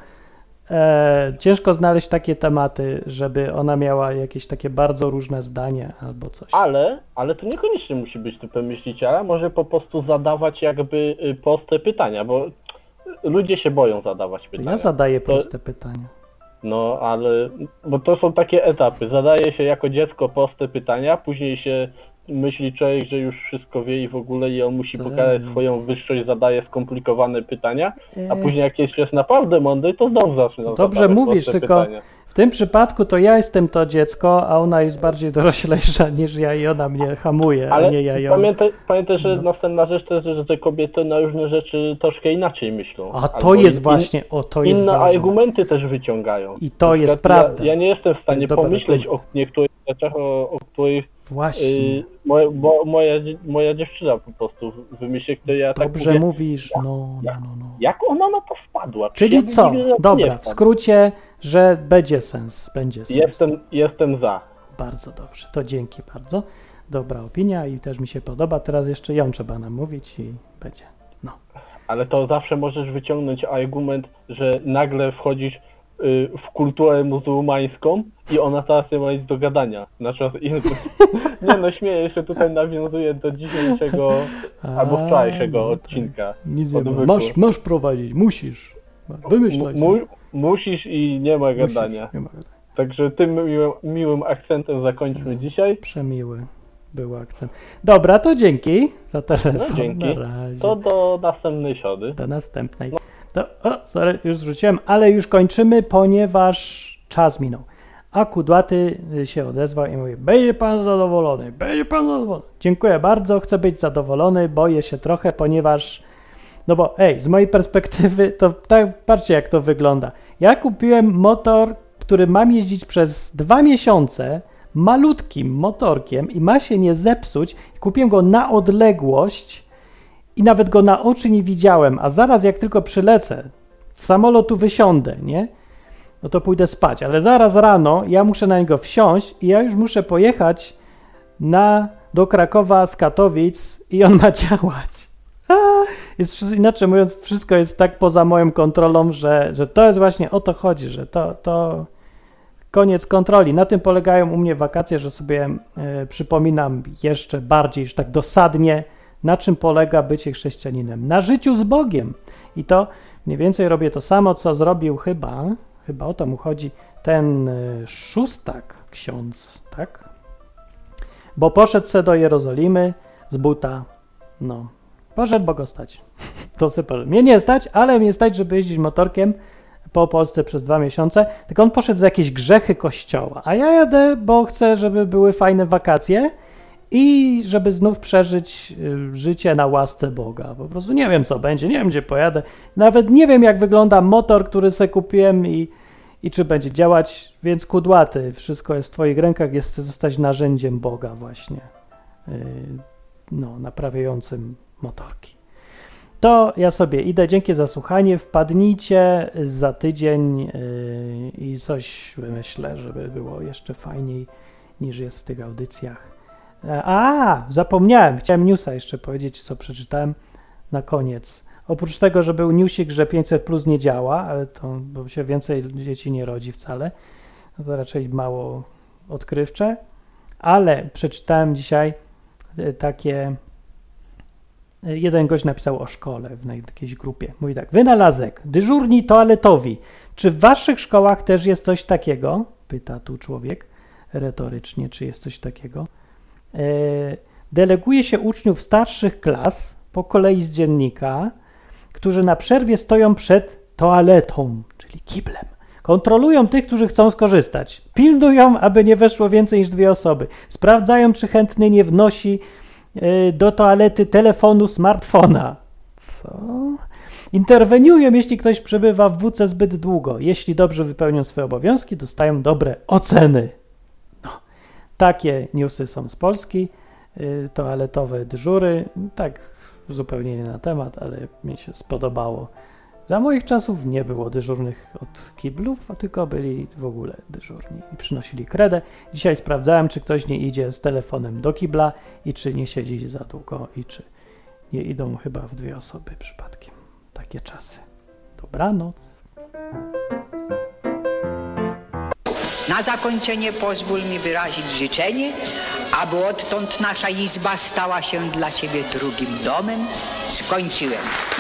e, ciężko znaleźć takie tematy, żeby ona miała jakieś takie bardzo różne zdanie albo coś. Ale, ale to niekoniecznie musi być typem myśliciela, może po prostu zadawać jakby y, proste pytania, bo ludzie się boją zadawać To pytania. ja zadaję To- proste pytania. No, ale, bo to są takie etapy. Zadaje się jako dziecko proste pytania, później się myśli człowiek, że już wszystko wie i w ogóle i on musi Tak. pokazać swoją wyższość, zadaje skomplikowane pytania, a Eee. później jak jest jest naprawdę mądry, to znowu zaczyna Dobrze zadawać mówisz, proste tylko pytania. w tym przypadku to ja jestem to dziecko, a ona jest bardziej doroślejsza niż ja i ona mnie hamuje, a Ale nie ja ją. pamiętaj, pamiętaj, że No. następna rzecz to jest, że te kobiety na różne rzeczy troszkę inaczej myślą. A to Albo jest in- właśnie, o to jest Inne ważne. argumenty też wyciągają. I to Na jest przykład prawda. Ja, ja nie jestem w stanie jest dobry pomyśleć argument. o niektórych rzeczach, o, o których Właśnie. Yy, moja, bo, moja, dzie- moja dziewczyna po prostu wymyśli, które ja tak Dobrze mówię, mówisz, no, no, no, no. jak ona na to wpadła? Czyli Ja bym co? nigdy na to nie Dobra, w wpadł. skrócie, że będzie sens, będzie sens. Jestem, jestem za. Bardzo dobrze, to dzięki bardzo. Dobra opinia i też mi się podoba. Teraz jeszcze ją trzeba namówić i będzie. No. Ale to zawsze możesz wyciągnąć argument, że nagle wchodzisz y, w kulturę muzułmańską i ona teraz nie ma nic do gadania. Na czas nie no, śmieję się, tutaj nawiązuję do dzisiejszego albo wczorajszego no odcinka. tak. Nic nie ma. odwyku. Masz, masz prowadzić, musisz. Wymyślaj Mu, sobie. mu, musisz i nie ma Musisz, gadania. nie ma gadania. Także tym miłym, miłym akcentem zakończmy dzisiaj. Przemiły był akcent. Dobra, to dzięki za telefon. No dzięki. Na razie. To do następnej środy. Do następnej. To, o, sorry, już zrzuciłem, ale już kończymy, ponieważ czas minął. A Kudłaty się odezwał i mówi, będzie pan zadowolony, będzie pan zadowolony. Dziękuję bardzo, chcę być zadowolony, boję się trochę, ponieważ, no bo ej, z mojej perspektywy, to tak, patrzcie jak to wygląda. Ja kupiłem motor, który mam jeździć przez dwa miesiące, malutkim motorkiem i ma się nie zepsuć. Kupiłem go na odległość i nawet go na oczy nie widziałem, a zaraz jak tylko przylecę, z samolotu wysiądę, nie? No to pójdę spać, ale zaraz rano ja muszę na niego wsiąść i ja już muszę pojechać na, do Krakowa z Katowic i on ma działać. A, jest, wszy- inaczej mówiąc, wszystko jest tak poza moją kontrolą, że, że to jest właśnie o to chodzi, że to, to koniec kontroli. Na tym polegają u mnie wakacje, że sobie e, przypominam jeszcze bardziej, że tak dosadnie, na czym polega bycie chrześcijaninem. Na życiu z Bogiem. I to mniej więcej robię to samo, co zrobił chyba, chyba o to mu chodzi, ten y, szóstak ksiądz, tak? Bo poszedł se do Jerozolimy z buta, no, poszedł, bo go stać. To se poszedł. Mnie nie stać, ale mnie stać, żeby jeździć motorkiem po Polsce przez dwa miesiące, tylko on poszedł za jakieś grzechy Kościoła, a ja jadę, bo chcę, żeby były fajne wakacje i żeby znów przeżyć y, życie na łasce Boga. Po prostu nie wiem, co będzie, nie wiem, gdzie pojadę. Nawet nie wiem, jak wygląda motor, który se kupiłem i, i czy będzie działać, więc kudłaty. Wszystko jest w twoich rękach, jest zostać narzędziem Boga właśnie, y, no, naprawiającym motorki. To ja sobie idę, dzięki za słuchanie, wpadnijcie za tydzień yy, i coś wymyślę, żeby było jeszcze fajniej niż jest w tych audycjach. A, zapomniałem, chciałem newsa jeszcze powiedzieć, co przeczytałem na koniec. Oprócz tego, że był newsik, że pięćset plus nie działa, ale to, bo się więcej dzieci nie rodzi wcale, no to raczej mało odkrywcze, ale przeczytałem dzisiaj takie... Jeden gość napisał o szkole w jakiejś grupie. Mówi tak, wynalazek, dyżurni toaletowi. Czy w waszych szkołach też jest coś takiego? Pyta tu człowiek retorycznie, czy jest coś takiego. E, deleguje się uczniów starszych klas po kolei z dziennika, którzy na przerwie stoją przed toaletą, czyli kiblem. Kontrolują tych, którzy chcą skorzystać. Pilnują, aby nie weszło więcej niż dwie osoby. Sprawdzają, czy chętny nie wnosi do toalety telefonu, smartfona. Co? Interweniują, jeśli ktoś przebywa w W C zbyt długo. Jeśli dobrze wypełnią swoje obowiązki, dostają dobre oceny. No, takie newsy są z Polski. Yy, toaletowe dyżury. Tak zupełnie nie na temat, ale mi się spodobało. Za moich czasów nie było dyżurnych od kiblów, a tylko byli w ogóle dyżurni i przynosili kredę. Dzisiaj sprawdzałem, czy ktoś nie idzie z telefonem do kibla i czy nie siedzi za długo i czy nie idą chyba w dwie osoby przypadkiem. Takie czasy. Dobranoc. Na zakończenie pozwól mi wyrazić życzenie, aby odtąd nasza izba stała się dla Ciebie drugim domem. Skończyłem.